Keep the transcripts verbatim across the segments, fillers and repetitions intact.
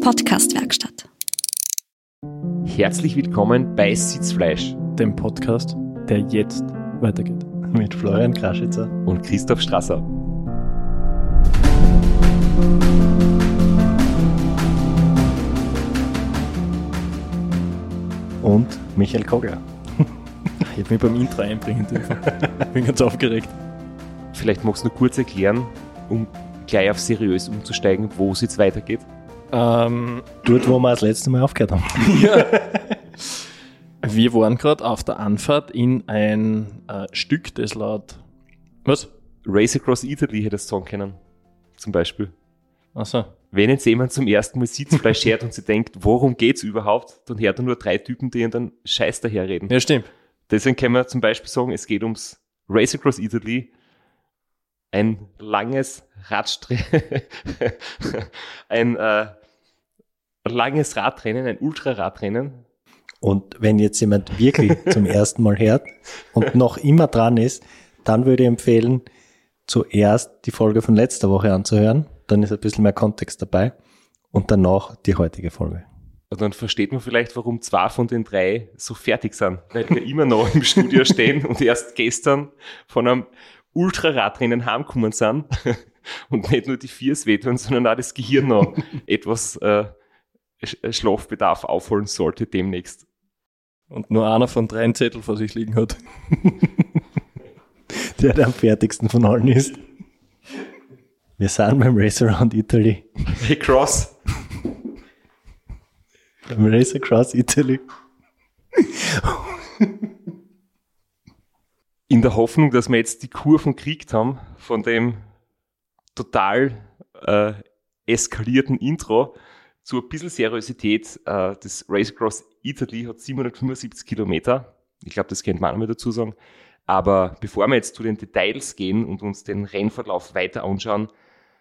Podcast-Werkstatt. Herzlich willkommen bei Sitzfleisch, dem Podcast, der jetzt weitergeht. Mit Florian Kraschitzer und Christoph Strasser. Und Michael Kogler. Ich habe mich beim Intro einbringen dürfen. Ich bin ganz aufgeregt. Vielleicht magst du nur kurz erklären, um gleich auf seriös umzusteigen, wo es jetzt weitergeht. Ähm, Dort, wo wir das letzte Mal aufgehört haben. Ja. Wir waren gerade auf der Anfahrt in ein äh, Stück, das laut... Was? Race Across Italy hätte das sagen können, zum Beispiel. Achso. Wenn jetzt jemand zum ersten Mal Sitzfleisch hört und sich denkt, worum geht's überhaupt, dann hört er nur drei Typen, die dann Scheiß daherreden. Ja, stimmt. Deswegen können wir zum Beispiel sagen, es geht ums Race Across Italy, ein langes Radstrennen, ein äh, langes Radrennen, ein Ultraradrennen. Und wenn jetzt jemand wirklich zum ersten Mal hört und noch immer dran ist, dann würde ich empfehlen, zuerst die Folge von letzter Woche anzuhören. Dann ist ein bisschen mehr Kontext dabei. Und danach die heutige Folge. Und dann versteht man vielleicht, warum zwei von den drei so fertig sind. Weil wir immer noch im Studio stehen und erst gestern von einem Ultraradrennen heimgekommen sind. Und nicht nur die Viers wehtun, sondern auch das Gehirn noch etwas äh, Schlafbedarf aufholen sollte demnächst. Und nur einer von drei einen Zettel vor sich liegen hat. Der, der am fertigsten von allen ist. Wir sind beim Race Around Italy. Hey Cross. Beim Race Across Italy. In der Hoffnung, dass wir jetzt die Kurven gekriegt haben von dem total äh, eskalierten Intro zu ein bisschen Seriosität. Äh, das Race Across Italy hat siebenhundertfünfundsiebzig Kilometer. Ich glaube, das könnte man auch mal dazu sagen. Aber bevor wir jetzt zu den Details gehen und uns den Rennverlauf weiter anschauen,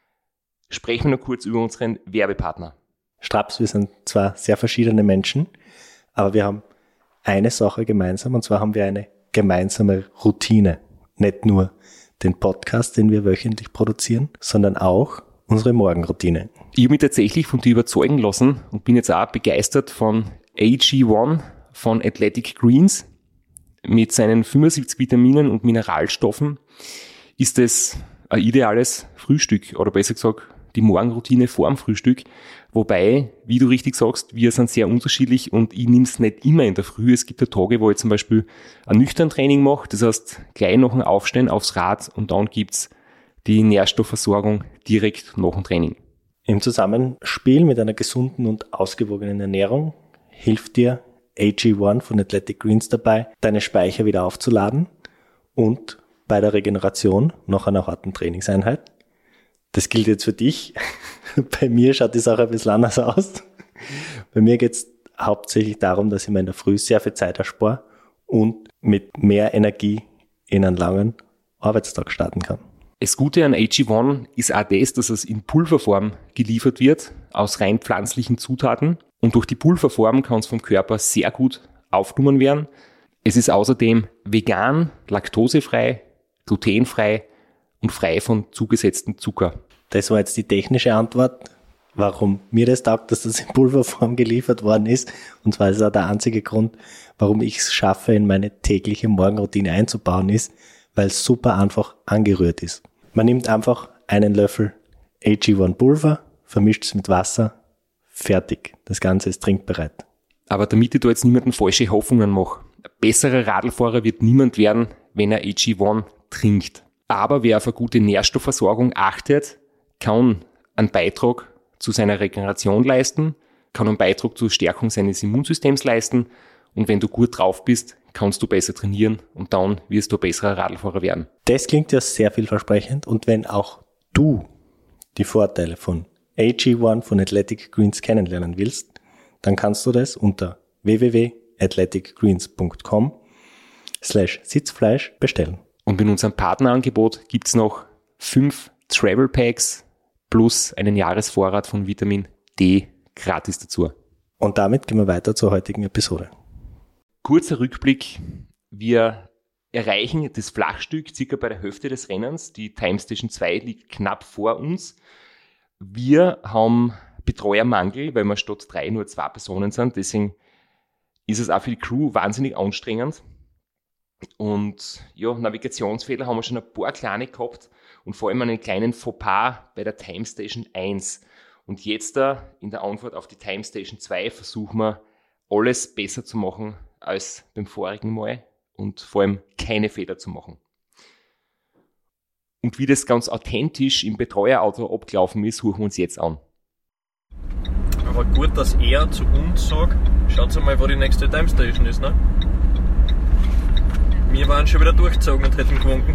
sprechen wir noch kurz über unseren Werbepartner. Straps, wir sind zwar sehr verschiedene Menschen, aber wir haben eine Sache gemeinsam, und zwar haben wir eine gemeinsame Routine. Nicht nur den Podcast, den wir wöchentlich produzieren, sondern auch unsere Morgenroutine. Ich habe mich tatsächlich von dir überzeugen lassen und bin jetzt auch begeistert von A G eins von Athletic Greens. Mit seinen fünfundsiebzig Vitaminen und Mineralstoffen ist es ein ideales Frühstück, oder besser gesagt die Morgenroutine vor dem Frühstück. Wobei, wie du richtig sagst, wir sind sehr unterschiedlich und ich nehme es nicht immer in der Früh. Es gibt ja Tage, wo ich zum Beispiel ein nüchtern Training mache, das heißt gleich nach dem Aufstehen aufs Rad, und dann gibt's die Nährstoffversorgung direkt nach dem Training. Im Zusammenspiel mit einer gesunden und ausgewogenen Ernährung hilft dir A G eins von Athletic Greens dabei, deine Speicher wieder aufzuladen und bei der Regeneration nach einer harten Trainingseinheit. Das gilt jetzt für dich. Bei mir schaut die Sache ein bisschen anders aus. Bei mir geht es hauptsächlich darum, dass ich mir in der Früh sehr viel Zeit erspare und mit mehr Energie in einen langen Arbeitstag starten kann. Das Gute an A G eins ist auch das, dass es in Pulverform geliefert wird, aus rein pflanzlichen Zutaten. Und durch die Pulverform kann es vom Körper sehr gut aufgenommen werden. Es ist außerdem vegan, laktosefrei, glutenfrei und frei von zugesetztem Zucker. Das war jetzt die technische Antwort, warum mir das taugt, dass das in Pulverform geliefert worden ist. Und zwar ist auch der einzige Grund, warum ich es schaffe, in meine tägliche Morgenroutine einzubauen, ist, weil es super einfach angerührt ist. Man nimmt einfach einen Löffel A G eins Pulver, vermischt es mit Wasser, fertig. Das Ganze ist trinkbereit. Aber damit ich da jetzt niemanden falsche Hoffnungen mache, ein besserer Radlfahrer wird niemand werden, wenn er A G eins trinkt. Aber wer auf eine gute Nährstoffversorgung achtet, kann einen Beitrag zu seiner Regeneration leisten, kann einen Beitrag zur Stärkung seines Immunsystems leisten, und wenn du gut drauf bist, kannst du besser trainieren und dann wirst du ein besserer Radlfahrer werden. Das klingt ja sehr vielversprechend, und wenn auch du die Vorteile von A G eins von Athletic Greens kennenlernen willst, dann kannst du das unter w w w punkt athletic greens punkt com slash Sitzfleisch bestellen. Und in unserem Partnerangebot gibt's noch fünf Travel Packs plus einen Jahresvorrat von Vitamin D gratis dazu. Und damit gehen wir weiter zur heutigen Episode. Kurzer Rückblick. Wir erreichen das Flachstück circa bei der Hälfte des Rennens. Die Time Station zwei liegt knapp vor uns. Wir haben Betreuermangel, weil wir statt drei nur zwei Personen sind. Deswegen ist es auch für die Crew wahnsinnig anstrengend. Und ja, Navigationsfehler haben wir schon ein paar kleine gehabt und vor allem einen kleinen Fauxpas bei der Time Station eins. Und jetzt da in der Antwort auf die Time Station zwei versuchen wir, alles besser zu machen als beim vorigen Mal und vor allem keine Fehler zu machen. Und wie das ganz authentisch im Betreuerauto abgelaufen ist, suchen wir uns jetzt an. Aber gut, dass er zu uns sagt, schaut mal, wo die nächste Time Station ist, ne? Wir waren schon wieder durchgezogen und hätten gewunken.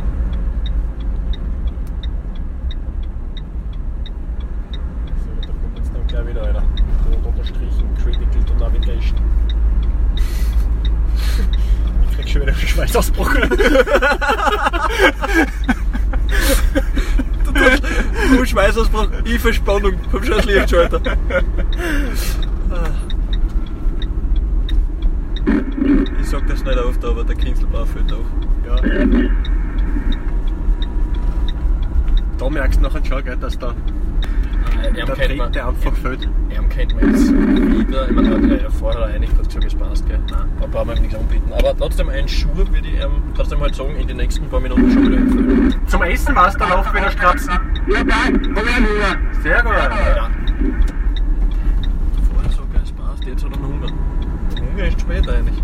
So, da kommt jetzt dann gleich wieder einer. Rot unterstrichen, critical to navigation. Ich krieg schon wieder einen Schweißausbruch. Du, du, du Schweißausbruch, ich Verspannung, komm schon das Lichtschalter. Ich sag das nicht oft, aber der Kinzelbau fällt auf. Ja. Da merkst du nachher schon, gell, dass da Äh, der Tritt, der einfach fällt. Er kennt man jetzt wieder, ich meine, er hat ja vorher eigentlich gerade gesagt, es passt, gell? Nein, da brauchen wir ihm nichts anbieten. Aber trotzdem einen Schuh würde ich ihm trotzdem halt sagen, in den nächsten paar Minuten schon wieder empfehlen. Zum Essen warst du dann auch wieder Stratzen. Ja, danke, komm her, Hunger. Sehr gut. Ja. Vorher sagt er, es passt, jetzt hat er noch Hunger. Der Hunger ist spät eigentlich.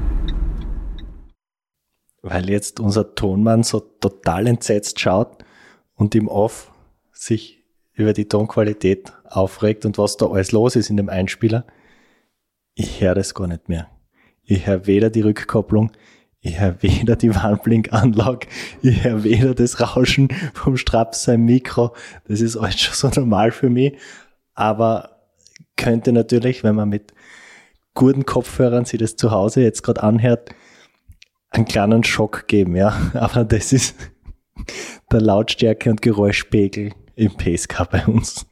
Weil jetzt unser Tonmann so total entsetzt schaut und im Off sich über die Tonqualität aufregt und was da alles los ist in dem Einspieler. Ich höre das gar nicht mehr. Ich höre weder die Rückkopplung, ich höre weder die Warnblinkanlage, ich höre weder das Rauschen vom Straps sein Mikro. Das ist alles schon so normal für mich. Aber könnte natürlich, wenn man mit guten Kopfhörern sich das zu Hause jetzt gerade anhört, einen kleinen Schock geben, ja. Aber das ist der Lautstärke- und Geräuschpegel im P S K bei uns.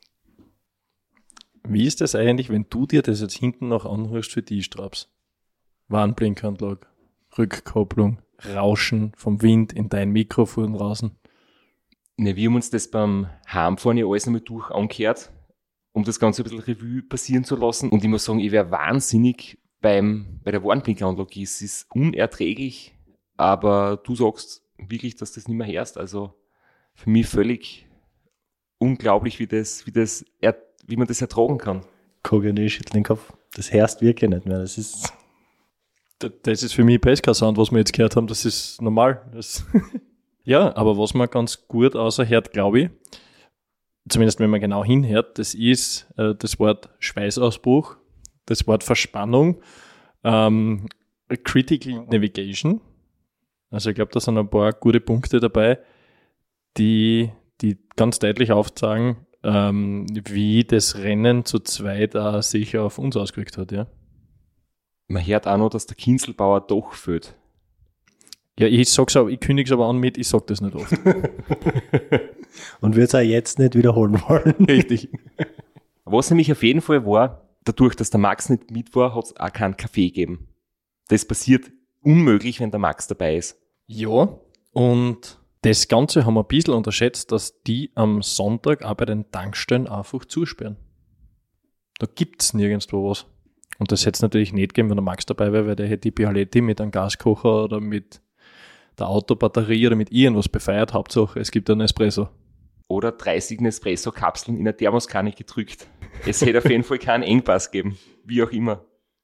Wie ist das eigentlich, wenn du dir das jetzt hinten noch anhörst für die Straps? Warnblinkanlage, Rückkopplung, Rauschen vom Wind in dein Mikrofon draußen. Ne, wir haben uns das beim Heimfahren ja alles nochmal durch angehört, um das Ganze ein bisschen Revue passieren zu lassen. Und ich muss sagen, ich wäre wahnsinnig beim, bei der Warnblinkanlage. Es ist unerträglich, aber du sagst wirklich, dass das nicht mehr hörst. Also für mich völlig unglaublich, wie das, wie das, wie man das ertragen kann. Kognitiv schüttelt den Kopf. Das hörst wirklich nicht mehr. Das ist. Das ist für mich P S K-Sound, was wir jetzt gehört haben. Das ist normal. Das ja, aber was man ganz gut außerhört, glaube ich, zumindest wenn man genau hinhört, das ist äh, das Wort Schweißausbruch, das Wort Verspannung, ähm, Critical Navigation. Also ich glaube, da sind ein paar gute Punkte dabei, die, die ganz deutlich aufzeigen, ähm, wie das Rennen zu zweit auch sicher auf uns ausgewirkt hat, ja. Man hört auch noch, dass der Kinzelbauer doch fehlt. Ja, ich sag's aber, ich kündige es aber an mit, ich sag das nicht oft. Und würde es auch jetzt nicht wiederholen wollen. Richtig. Was nämlich auf jeden Fall war, dadurch, dass der Max nicht mit war, hat es auch keinen Kaffee gegeben. Das passiert unmöglich, wenn der Max dabei ist. Ja, und das Ganze haben wir ein bisschen unterschätzt, dass die am Sonntag auch bei den Tankstellen einfach zusperren. Da gibt's nirgendwo was. Und das hätte es natürlich nicht gegeben, wenn der Max dabei wäre, weil der hätte die Bialetti mit einem Gaskocher oder mit der Autobatterie oder mit irgendwas befeiert. Hauptsache, es gibt einen Espresso. Oder dreißig Nespresso-Kapseln in eine Thermoskanne gedrückt. Es hätte auf jeden Fall keinen Engpass geben. Wie auch immer.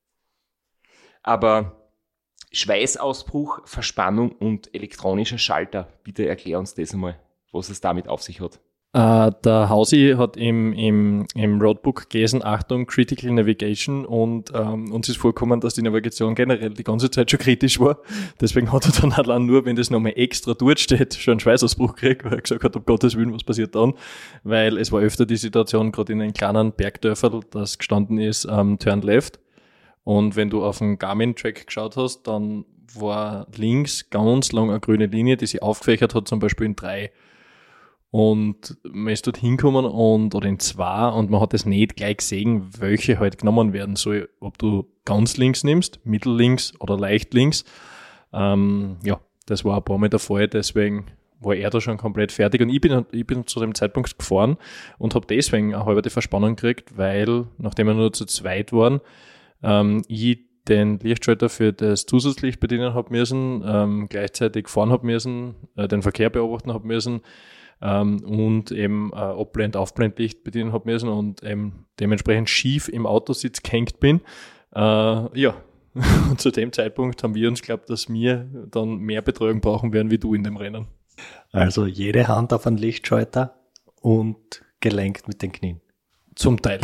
Aber Schweißausbruch, Verspannung und elektronischer Schalter. Bitte erklär uns das einmal, was es damit auf sich hat. Äh, der Hausi hat im, im, im Roadbook gelesen, Achtung, Critical Navigation, und ähm, uns ist vorgekommen, dass die Navigation generell die ganze Zeit schon kritisch war. Deswegen hat er dann allein nur, wenn das nochmal extra dort steht, schon einen Schweißausbruch gekriegt, weil er gesagt hat, um Gottes Willen, was passiert dann? Weil es war öfter die Situation, gerade in einem kleinen Bergdörferl, das gestanden ist, ähm, Turn Left. Und wenn du auf den Garmin-Track geschaut hast, dann war links ganz lang eine grüne Linie, die sich aufgefächert hat, zum Beispiel in drei. Und man ist dort hingekommen und, oder in zwei, und man hat es nicht gleich gesehen, welche halt genommen werden soll. Ob du ganz links nimmst, mittellinks oder leicht links. Ähm, ja, das war ein paar Mal der Fall, deswegen war er da schon komplett fertig und ich bin, ich bin zu dem Zeitpunkt gefahren und habe deswegen eine halbe Verspannung gekriegt, weil, nachdem wir nur zu zweit waren, ähm, ich den Lichtschalter für das Zusatzlicht bedienen habe müssen, ähm, gleichzeitig fahren habe müssen, äh, den Verkehr beobachten habe müssen ähm, und eben äh, Abblend-, Aufblendlicht bedienen habe müssen und eben dementsprechend schief im Autositz gehängt bin. Äh, ja, und zu dem Zeitpunkt haben wir uns geglaubt, dass wir dann mehr Betreuung brauchen werden wie du in dem Rennen. Also jede Hand auf einen Lichtschalter und gelenkt mit den Knien. Zum Teil.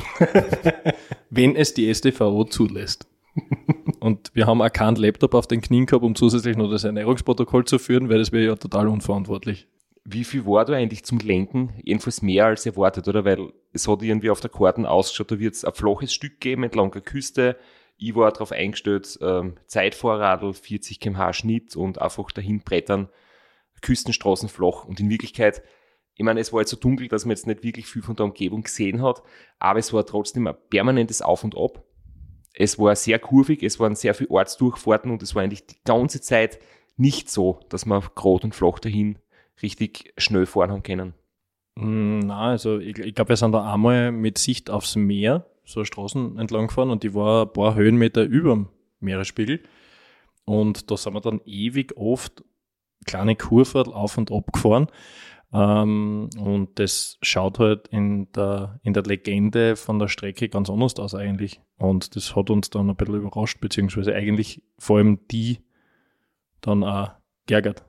Wenn es die S D V O zulässt. Und wir haben auch keinen Laptop auf den Knien gehabt, um zusätzlich noch das Ernährungsprotokoll zu führen, weil das wäre ja total unverantwortlich. Wie viel war da eigentlich zum Lenken? Jedenfalls mehr als erwartet, oder? Weil es hat irgendwie auf der Karte ausgeschaut, da wird es ein flaches Stück geben entlang der Küste. Ich war darauf eingestellt, ähm, Zeitvorradl, vierzig Kilometer pro Stunde Schnitt und einfach dahin brettern, Küstenstraßen flach. Und in Wirklichkeit, ich meine, es war jetzt so dunkel, dass man jetzt nicht wirklich viel von der Umgebung gesehen hat, aber es war trotzdem ein permanentes Auf und Ab. Es war sehr kurvig, es waren sehr viele Ortsdurchfahrten und es war eigentlich die ganze Zeit nicht so, dass man gerade und flach dahin richtig schnell fahren haben können. Nein, also ich, ich glaube, wir sind da einmal mit Sicht aufs Meer so Straßen entlang gefahren und die war ein paar Höhenmeter über dem Meeresspiegel. Und da sind wir dann ewig oft kleine Kurven auf und ab gefahren. Ähm, und das schaut halt in der, in der Legende von der Strecke ganz anders aus eigentlich. Und das hat uns dann ein bisschen überrascht, beziehungsweise eigentlich vor allem die dann auch geärgert.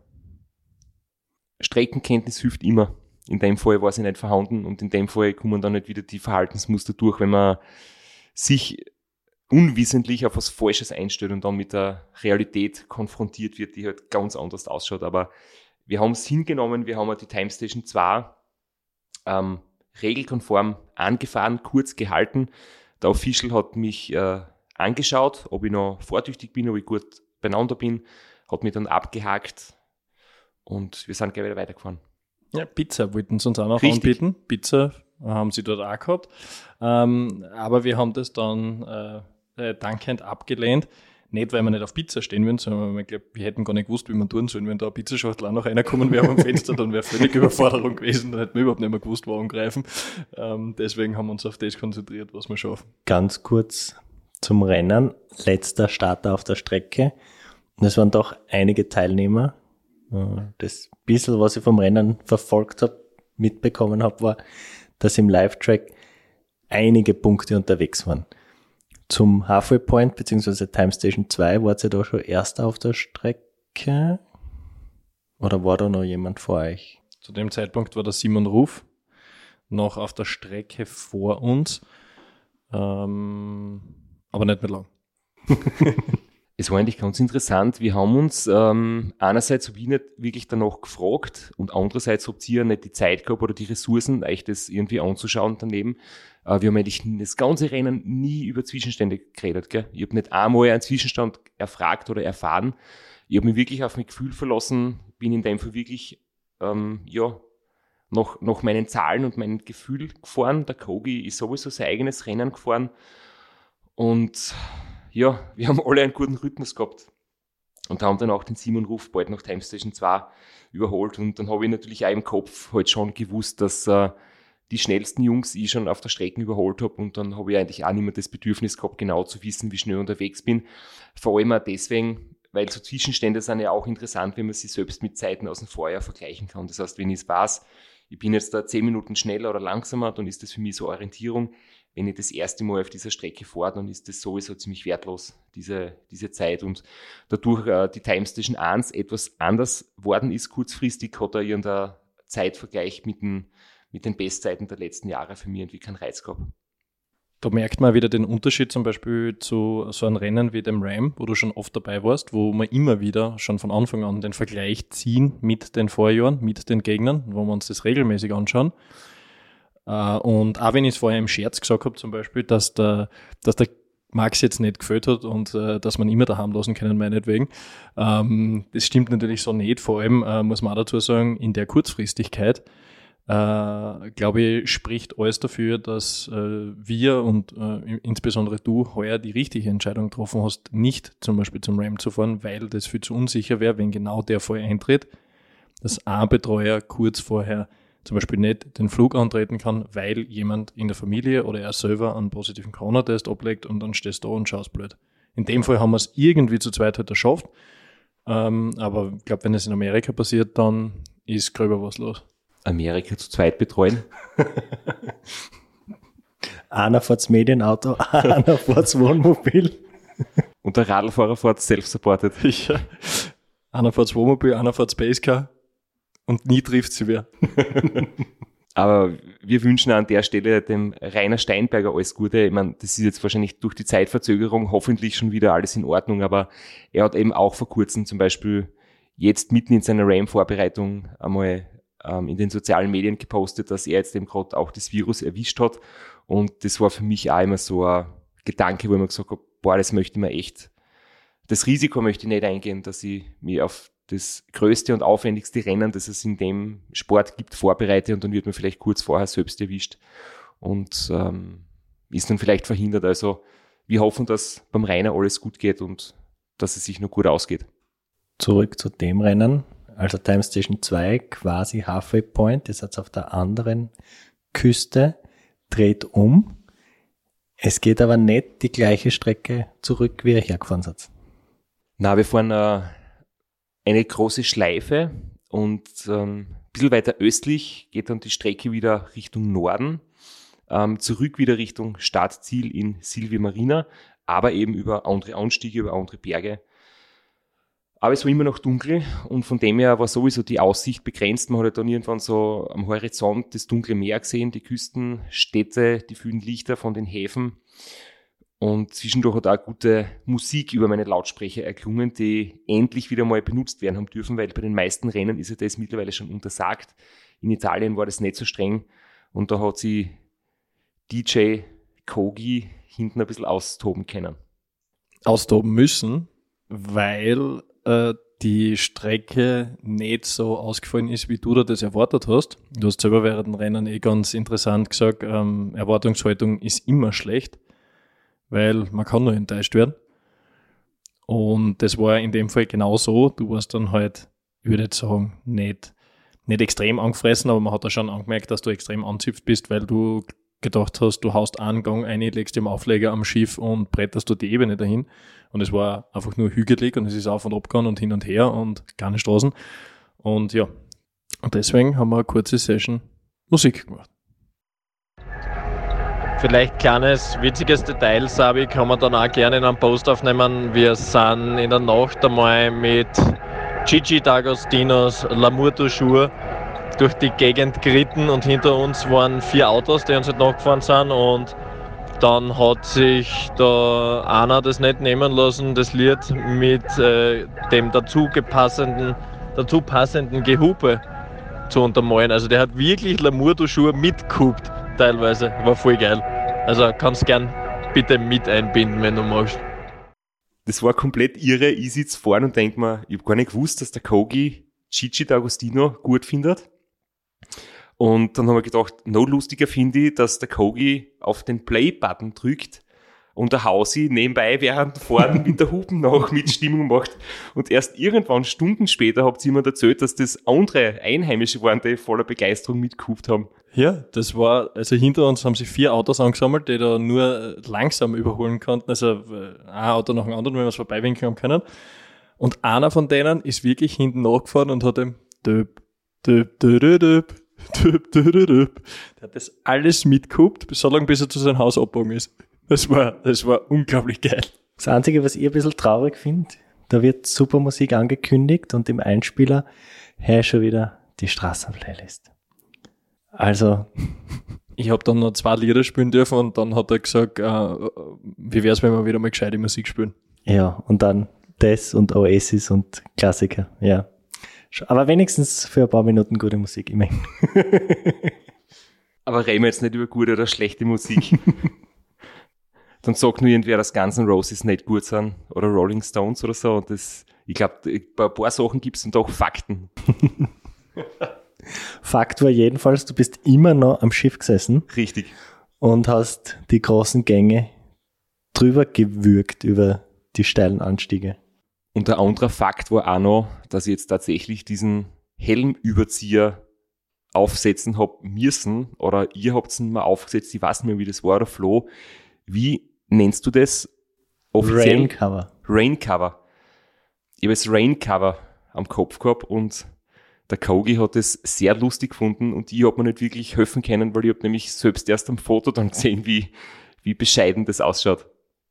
Streckenkenntnis hilft immer. In dem Fall war sie nicht vorhanden und in dem Fall kommen dann nicht wieder die Verhaltensmuster durch, wenn man sich unwissentlich auf was Falsches einstellt und dann mit der Realität konfrontiert wird, die halt ganz anders ausschaut. Aber wir haben es hingenommen, wir haben die Time Station zwei ähm, regelkonform angefahren, kurz gehalten. Der Official hat mich äh, angeschaut, ob ich noch fahrtüchtig bin, ob ich gut beieinander bin, hat mich dann abgehakt und wir sind gleich wieder weitergefahren. Ja, Pizza wollten sie uns auch noch Richtig. anbieten. Pizza haben sie dort auch gehabt. Ähm, aber wir haben das dann äh, dankend abgelehnt. Nicht, weil wir nicht auf Pizza stehen würden, sondern weil wir, glaub, wir hätten gar nicht gewusst, wie wir tun sollen. Wenn da eine Pizzaschachtel auch noch reinkommen wäre am Fenster, dann wäre völlig Überforderung gewesen. Dann hätten wir überhaupt nicht mehr gewusst, wo angreifen. Ähm, deswegen haben wir uns auf das konzentriert, was wir schaffen. Ganz kurz zum Rennen. Letzter Starter auf der Strecke. Und es waren doch einige Teilnehmer. Das bisschen, was ich vom Rennen verfolgt habe, mitbekommen habe, war, dass im Live-Track einige Punkte unterwegs waren. Zum Halfway Point bzw. Time Station zwei wart ihr da schon Erster auf der Strecke? Oder war da noch jemand vor euch? Zu dem Zeitpunkt war der Simon Ruf noch auf der Strecke vor uns, ähm, aber nicht mehr lang. Es war eigentlich ganz interessant. Wir haben uns ähm, einerseits habe ich nicht wirklich danach gefragt und andererseits habt ihr nicht die Zeit gehabt oder die Ressourcen, euch das irgendwie anzuschauen daneben. Äh, wir haben eigentlich das ganze Rennen nie über Zwischenstände geredet. Gell? Ich habe nicht einmal einen Zwischenstand erfragt oder erfahren. Ich habe mich wirklich auf mein Gefühl verlassen, bin in dem Fall wirklich ähm, ja, nach, nach meinen Zahlen und meinem Gefühl gefahren. Der Kogi ist sowieso sein eigenes Rennen gefahren und ja, wir haben alle einen guten Rhythmus gehabt und haben dann auch den Simon Ruf bald nach Time Station zwei überholt und dann habe ich natürlich auch im Kopf halt schon gewusst, dass äh, die schnellsten Jungs ich schon auf der Strecke überholt habe und dann habe ich eigentlich auch nicht mehr das Bedürfnis gehabt, genau zu wissen, wie schnell ich unterwegs bin. Vor allem auch deswegen, weil so Zwischenstände sind ja auch interessant, wenn man sie selbst mit Zeiten aus dem Vorjahr vergleichen kann. Das heißt, wenn ich es weiß, ich bin jetzt da zehn Minuten schneller oder langsamer, dann ist das für mich so Orientierung. Wenn ich das erste Mal auf dieser Strecke fahre, dann ist das sowieso ziemlich wertlos, diese, diese Zeit. Und dadurch äh, die Time Station eins etwas anders worden ist, kurzfristig, hat er irgendein Zeitvergleich mit den, mit den Bestzeiten der letzten Jahre für mich irgendwie keinen Reiz gehabt. Da merkt man wieder den Unterschied zum Beispiel zu so einem Rennen wie dem Ram, wo du schon oft dabei warst, wo wir immer wieder schon von Anfang an den Vergleich ziehen mit den Vorjahren, mit den Gegnern, wo wir uns das regelmäßig anschauen. Und auch wenn ich es vorher im Scherz gesagt habe, zum Beispiel, dass der, dass der Max jetzt nicht gefällt hat und äh, dass man ihn immer daheim lassen können, meinetwegen. Ähm, das stimmt natürlich so nicht. Vor allem äh, muss man auch dazu sagen, in der Kurzfristigkeit, äh, glaube ich, spricht alles dafür, dass äh, wir und äh, insbesondere du heuer die richtige Entscheidung getroffen hast, nicht zum Beispiel zum Ram zu fahren, weil das viel zu unsicher wäre, wenn genau der Fall eintritt. dass ein Betreuer kurz vorher zum Beispiel nicht den Flug antreten kann, weil jemand in der Familie oder er selber einen positiven Corona-Test ablegt und dann stehst du da und schaust blöd. In dem Fall haben wir es irgendwie zu zweit halt geschafft, ähm, aber ich glaube, wenn es in Amerika passiert, dann ist gröber was los. Amerika zu zweit betreuen? Einer fährt das Medienauto, einer fährt das Wohnmobil. Und der Radlfahrer fährt self-supported. Ja. Einer fährt das Wohnmobil, einer fährt Spacecar und nie trifft sie wer. Aber wir wünschen an der Stelle dem Rainer Steinberger alles Gute. Ich meine, das ist jetzt wahrscheinlich durch die Zeitverzögerung hoffentlich schon wieder alles in Ordnung, aber er hat eben auch vor kurzem zum Beispiel jetzt mitten in seiner RAM-Vorbereitung einmal ähm, in den sozialen Medien gepostet, dass er jetzt eben gerade auch das Virus erwischt hat. Und das war für mich auch immer so ein Gedanke, wo ich mir gesagt habe, boah, das möchte ich mir echt, das Risiko möchte ich nicht eingehen, dass ich mich auf das größte und aufwendigste Rennen, das es in dem Sport gibt, vorbereite und dann wird man vielleicht kurz vorher selbst erwischt und ähm, ist dann vielleicht verhindert. Also wir hoffen, dass beim Rainer alles gut geht und dass es sich noch gut ausgeht. Zurück zu dem Rennen, also Time Station zwei, quasi Halfway Point, das hat auf der anderen Küste, dreht um. Es geht aber nicht die gleiche Strecke zurück, wie ihr hergefahren seid. Na, wir fahren äh, eine große Schleife und ähm, ein bisschen weiter östlich geht dann die Strecke wieder Richtung Norden, ähm, zurück wieder Richtung Startziel in Silvia Marina, aber eben über andere Anstiege, über andere Berge. Aber es war immer noch dunkel und von dem her war sowieso die Aussicht begrenzt. Man hat halt dann irgendwann so am Horizont das dunkle Meer gesehen, die Küstenstädte, die vielen Lichter von den Häfen. Und zwischendurch hat auch gute Musik über meine Lautsprecher erklungen, die endlich wieder mal benutzt werden haben dürfen, weil bei den meisten Rennen ist ja das mittlerweile schon untersagt. In Italien war das nicht so streng und da hat sie D J Kogi hinten ein bisschen austoben können. Austoben müssen, weil äh, die Strecke nicht so ausgefallen ist, wie du da das erwartet hast. Du hast selber während dem Rennen eh ganz interessant gesagt, ähm, Erwartungshaltung ist immer schlecht, weil man kann nur enttäuscht werden. Und das war in dem Fall genauso. Du warst dann halt, ich würde jetzt sagen, nicht, nicht extrem angefressen, aber man hat da schon angemerkt, dass du extrem anzipft bist, weil du gedacht hast, du haust einen Gang ein, legst den Aufleger am Schiff und bretterst du die Ebene dahin. Und es war einfach nur hügelig und es ist auf und ab gegangen und hin und her und keine Straßen. Und ja, und deswegen haben wir eine kurze Session Musik gemacht. Vielleicht kleines, witziges Detail, Sabi, kann man dann auch gerne in einem Post aufnehmen. Wir sind in der Nacht einmal mit Gigi D'Agostinos Lamurto-Schuhe durch die Gegend geritten und hinter uns waren vier Autos, die uns halt nachgefahren sind und dann hat sich da einer das nicht nehmen lassen, das Lied mit äh, dem dazu gepassenden, dazu passenden Gehupe zu untermalen. Also der hat wirklich Lamurto-Schuhe mitgehupt teilweise, war voll geil. Also kannst gern bitte mit einbinden, wenn du magst. Das war komplett irre. Ich sitze vorne und denke mir, ich habe gar nicht gewusst, dass der Kogi Gigi D'Agostino gut findet. Und dann haben wir gedacht, noch lustiger finde ich, dass der Kogi auf den Play-Button drückt und der Hausi nebenbei während vorne mit der Hupen noch mit Stimmung macht. Und erst irgendwann, Stunden später, habt ihr jemand erzählt, dass das andere Einheimische waren, die voller Begeisterung mitgehupt haben. Ja, das war, also hinter uns haben sich vier Autos angesammelt, die da nur langsam überholen konnten, also ein Auto nach dem anderen, wenn wir es vorbeiwinken haben können. Und einer von denen ist wirklich hinten nachgefahren und hat dem döp, döp, döp, döp, döp, döp, döp. Der hat das alles mitgehupt, so lange bis er zu seinem Haus abgebogen ist. Das war, das war unglaublich geil. Das Einzige, was ich ein bisschen traurig finde, da wird super Musik angekündigt und im Einspieler höre ich schon wieder die Straßenplaylist. Also, ich habe dann noch zwei Lieder spielen dürfen und dann hat er gesagt, äh, wie wäre es, wenn wir wieder mal gescheite Musik spielen? Ja, und dann das und Oasis und Klassiker, ja. Aber wenigstens für ein paar Minuten gute Musik, immerhin. Aber reden wir jetzt nicht über gute oder schlechte Musik. Dann sagt nur irgendwer, dass Guns N' Roses nicht gut sind oder Rolling Stones oder so. Und das, ich glaube, bei ein paar Sachen gibt es dann doch Fakten. Fakt war jedenfalls, du bist immer noch am Schiff gesessen. Richtig. Und hast die großen Gänge drüber gewürgt über die steilen Anstiege. Und der andere Fakt war auch noch, dass ich jetzt tatsächlich diesen Helmüberzieher aufsetzen hab müssen, oder ihr habt's mal aufgesetzt, ich weiß nicht mehr, wie das war, oder Flo. Wie nennst du das offiziell? Raincover. Raincover. Ich habe das Raincover am Kopf gehabt und der Kogi hat es sehr lustig gefunden und ich habe mir nicht wirklich helfen können, weil ich habe nämlich selbst erst am Foto dann gesehen, wie, wie bescheiden das ausschaut.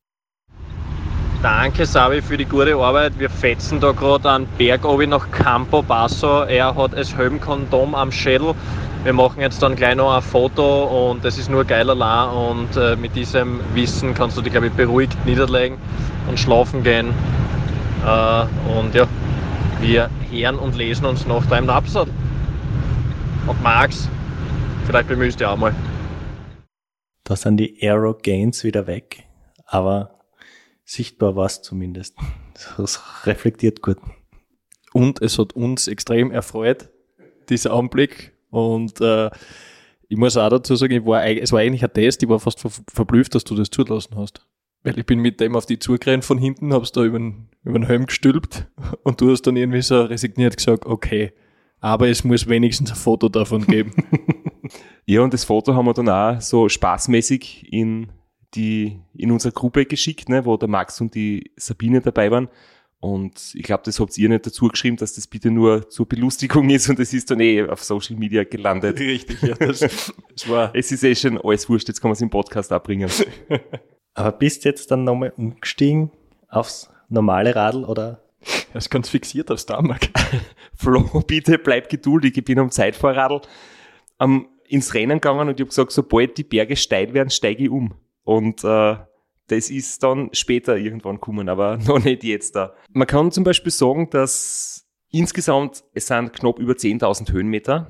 Danke, Sabi, für die gute Arbeit. Wir fetzen da gerade einen Berg oben nach Campo Basso. Er hat das Helmkondom am Schädel. Wir machen jetzt dann gleich noch ein Foto und das ist nur geil allein. Und äh, mit diesem Wissen kannst du dich, glaube ich, beruhigt niederlegen und schlafen gehen. Äh, und ja, wir hören und lesen uns noch da im Napsattel. Und Max, vielleicht bemühst du auch mal. Da sind die Aero Gains wieder weg, aber sichtbar war es zumindest. Das reflektiert gut. Und es hat uns extrem erfreut, dieser Anblick. Und äh, ich muss auch dazu sagen, ich war, es war eigentlich ein Test, ich war fast ver- verblüfft, dass du das zugelassen hast. Weil ich bin mit dem auf die zugerannt von hinten, hab's da über den, über den Helm gestülpt und du hast dann irgendwie so resigniert gesagt, okay, aber es muss wenigstens ein Foto davon geben. Ja, und das Foto haben wir dann auch so spaßmäßig in die in unsere Gruppe geschickt, ne, wo der Max und die Sabine dabei waren. Und ich glaube, das habt ihr nicht dazu geschrieben, dass das bitte nur zur Belustigung ist und es ist dann eh auf Social Media gelandet. Richtig, ja, das, das war... Es ist eh schon alles wurscht, jetzt kann man es im Podcast abbringen. Aber bist du jetzt dann nochmal umgestiegen aufs normale Radl oder? Er ist ganz fixiert aufs Tarmac. Flo, bitte bleib geduldig, ich bin am Zeitfahrradl ähm, ins Rennen gegangen und ich habe gesagt, sobald die Berge steil werden, steige ich um. Und äh, das ist dann später irgendwann kommen, aber noch nicht jetzt da. Man kann zum Beispiel sagen, dass insgesamt es sind knapp über zehntausend Höhenmeter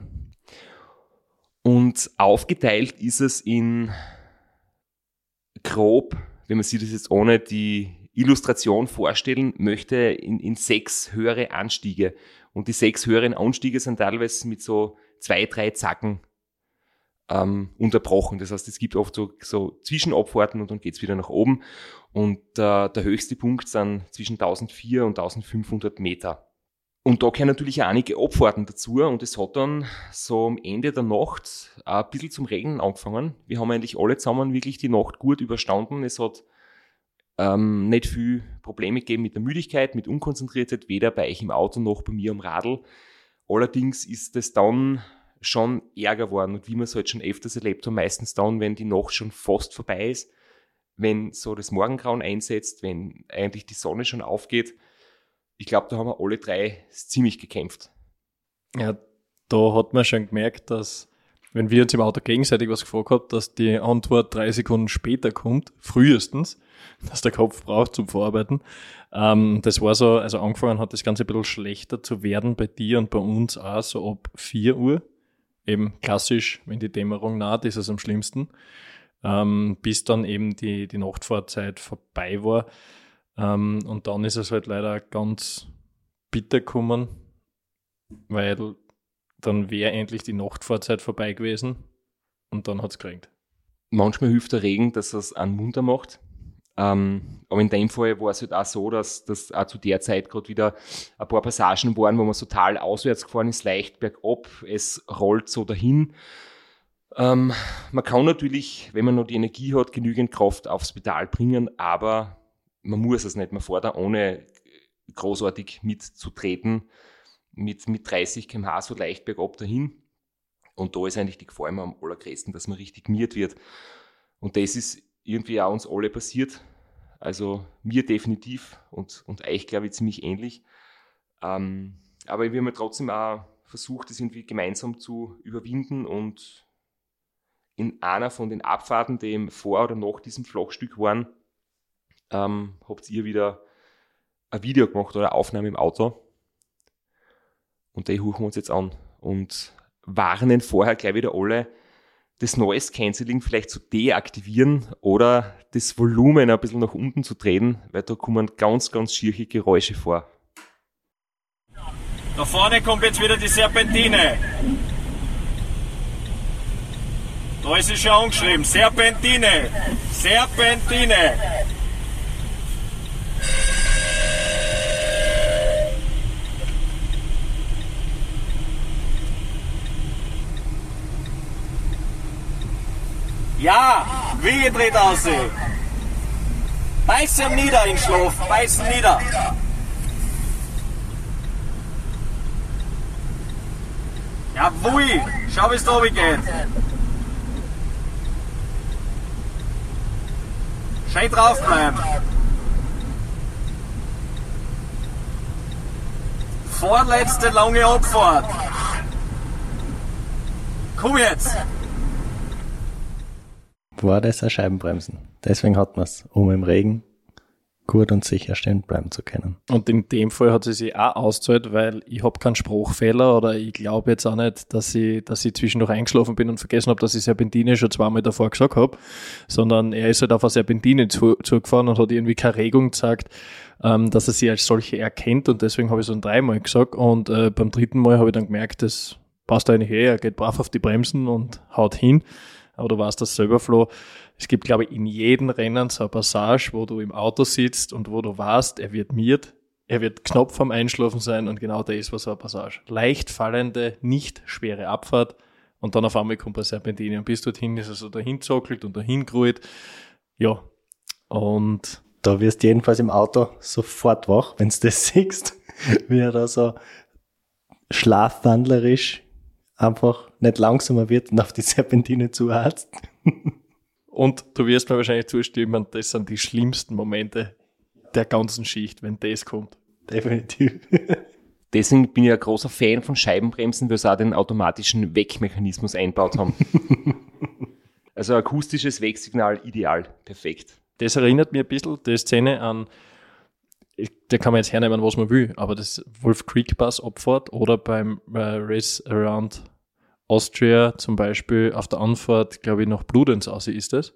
und aufgeteilt ist es in grob, wenn man sich das jetzt ohne die Illustration vorstellen möchte, in, in sechs höhere Anstiege. Und die sechs höheren Anstiege sind teilweise mit so zwei, drei Zacken ähm, unterbrochen. Das heißt, es gibt oft so, so Zwischenabfahrten und dann geht's wieder nach oben. Und äh, der höchste Punkt sind zwischen eintausendvierhundert und eintausendfünfhundert Meter. Und da gehören natürlich auch einige Abfahrten dazu und es hat dann so am Ende der Nacht auch ein bisschen zum Regnen angefangen. Wir haben eigentlich alle zusammen wirklich die Nacht gut überstanden. Es hat ähm, nicht viel Probleme gegeben mit der Müdigkeit, mit Unkonzentriertheit, weder bei euch im Auto noch bei mir am Radl. Allerdings ist es dann schon ärger geworden und wie wir es halt schon öfters erlebt haben, meistens dann, wenn die Nacht schon fast vorbei ist, wenn so das Morgengrauen einsetzt, wenn eigentlich die Sonne schon aufgeht. Ich glaube, da haben wir alle drei ziemlich gekämpft. Ja, da hat man schon gemerkt, dass, wenn wir uns im Auto gegenseitig was gefragt haben, dass die Antwort drei Sekunden später kommt, frühestens, dass der Kopf braucht zum Verarbeiten. Ähm, das war so, also angefangen hat das Ganze ein bisschen schlechter zu werden bei dir und bei uns auch so ab vier Uhr. Eben klassisch, wenn die Dämmerung naht, ist es am schlimmsten. Ähm, bis dann eben die, die Nachtfahrzeit vorbei war. Um, und dann ist es halt leider ganz bitter gekommen, weil dann wäre endlich die Nachtfahrzeit vorbei gewesen und dann hat es geregnet. Manchmal hilft der Regen, dass es einen munter macht. Ähm, aber in dem Fall war es halt auch so, dass, dass auch zu der Zeit gerade wieder ein paar Passagen waren, wo man so tal auswärts gefahren ist, leicht bergab, es rollt so dahin. Ähm, man kann natürlich, wenn man noch die Energie hat, genügend Kraft aufs Pedal bringen, aber man muss es nicht. Man fährt da ohne großartig mitzutreten, mit, mit dreißig Kilometer pro Stunde so leicht bergab dahin. Und da ist eigentlich die Gefahr immer am allergrößten, dass man richtig miert wird. Und das ist irgendwie auch uns alle passiert. Also mir definitiv und, und euch, glaube ich, ziemlich ähnlich. Ähm, aber wir haben ja trotzdem auch versucht, das irgendwie gemeinsam zu überwinden. Und in einer von den Abfahrten, die eben vor oder nach diesem Flachstück waren, Ähm, habt ihr wieder ein Video gemacht oder eine Aufnahme im Auto und die hören wir uns jetzt an und warnen vorher gleich wieder alle, das Noise Cancelling vielleicht zu deaktivieren oder das Volumen ein bisschen nach unten zu drehen, weil da kommen ganz, ganz schiere Geräusche vor. Da vorne kommt jetzt wieder die Serpentine. Da ist es schon angeschrieben, Serpentine, Serpentine. Ja, wie dreht aus. Beißen nieder in Schlaf, beißen nieder. Ja, wui, schau, wie es da geht. Schön draufbleiben. Vorletzte lange Abfahrt. Komm jetzt. War das ein Scheibenbremsen? Deswegen hat man es, um im Regen gut und sicher stehen bleiben zu können. Und in dem Fall hat sie sich auch ausgezahlt, weil ich habe keinen Spruchfehler oder ich glaube jetzt auch nicht, dass ich, dass ich zwischendurch eingeschlafen bin und vergessen habe, dass ich Serpentine schon zweimal davor gesagt habe, sondern er ist halt auf eine Serpentine zu, zugefahren und hat irgendwie keine Regung gezeigt, ähm, dass er sie als solche erkennt und deswegen habe ich es dann dreimal gesagt und äh, beim dritten Mal habe ich dann gemerkt, das passt eigentlich eh, er geht brav auf die Bremsen und haut hin. Aber du weißt das selber, Flo. Es gibt, glaube ich, in jedem Rennen so eine Passage, wo du im Auto sitzt und wo du weißt, er wird miert, er wird knapp vorm Einschlafen sein und genau das war so eine Passage. Leicht fallende, nicht schwere Abfahrt und dann auf einmal kommt eine Serpentine und bis dorthin ist er so dahin zockelt und dahin gerollt. Ja, und da wirst du jedenfalls im Auto sofort wach, wenn du das siehst, wie er da so schlafwandlerisch einfach nicht langsamer wird und auf die Serpentine zuharzt. Und du wirst mir wahrscheinlich zustimmen, das sind die schlimmsten Momente der ganzen Schicht, wenn das kommt. Definitiv. Deswegen bin ich ein großer Fan von Scheibenbremsen, weil sie auch den automatischen Weckmechanismus eingebaut haben. Also akustisches Wecksignal ideal, perfekt. Das erinnert mir ein bisschen die Szene an, da kann man jetzt hernehmen, was man will, aber das Wolf Creek Pass Abfahrt oder beim äh, Race Around Austria zum Beispiel auf der Anfahrt, glaube ich, nach Bludenz aus ist das.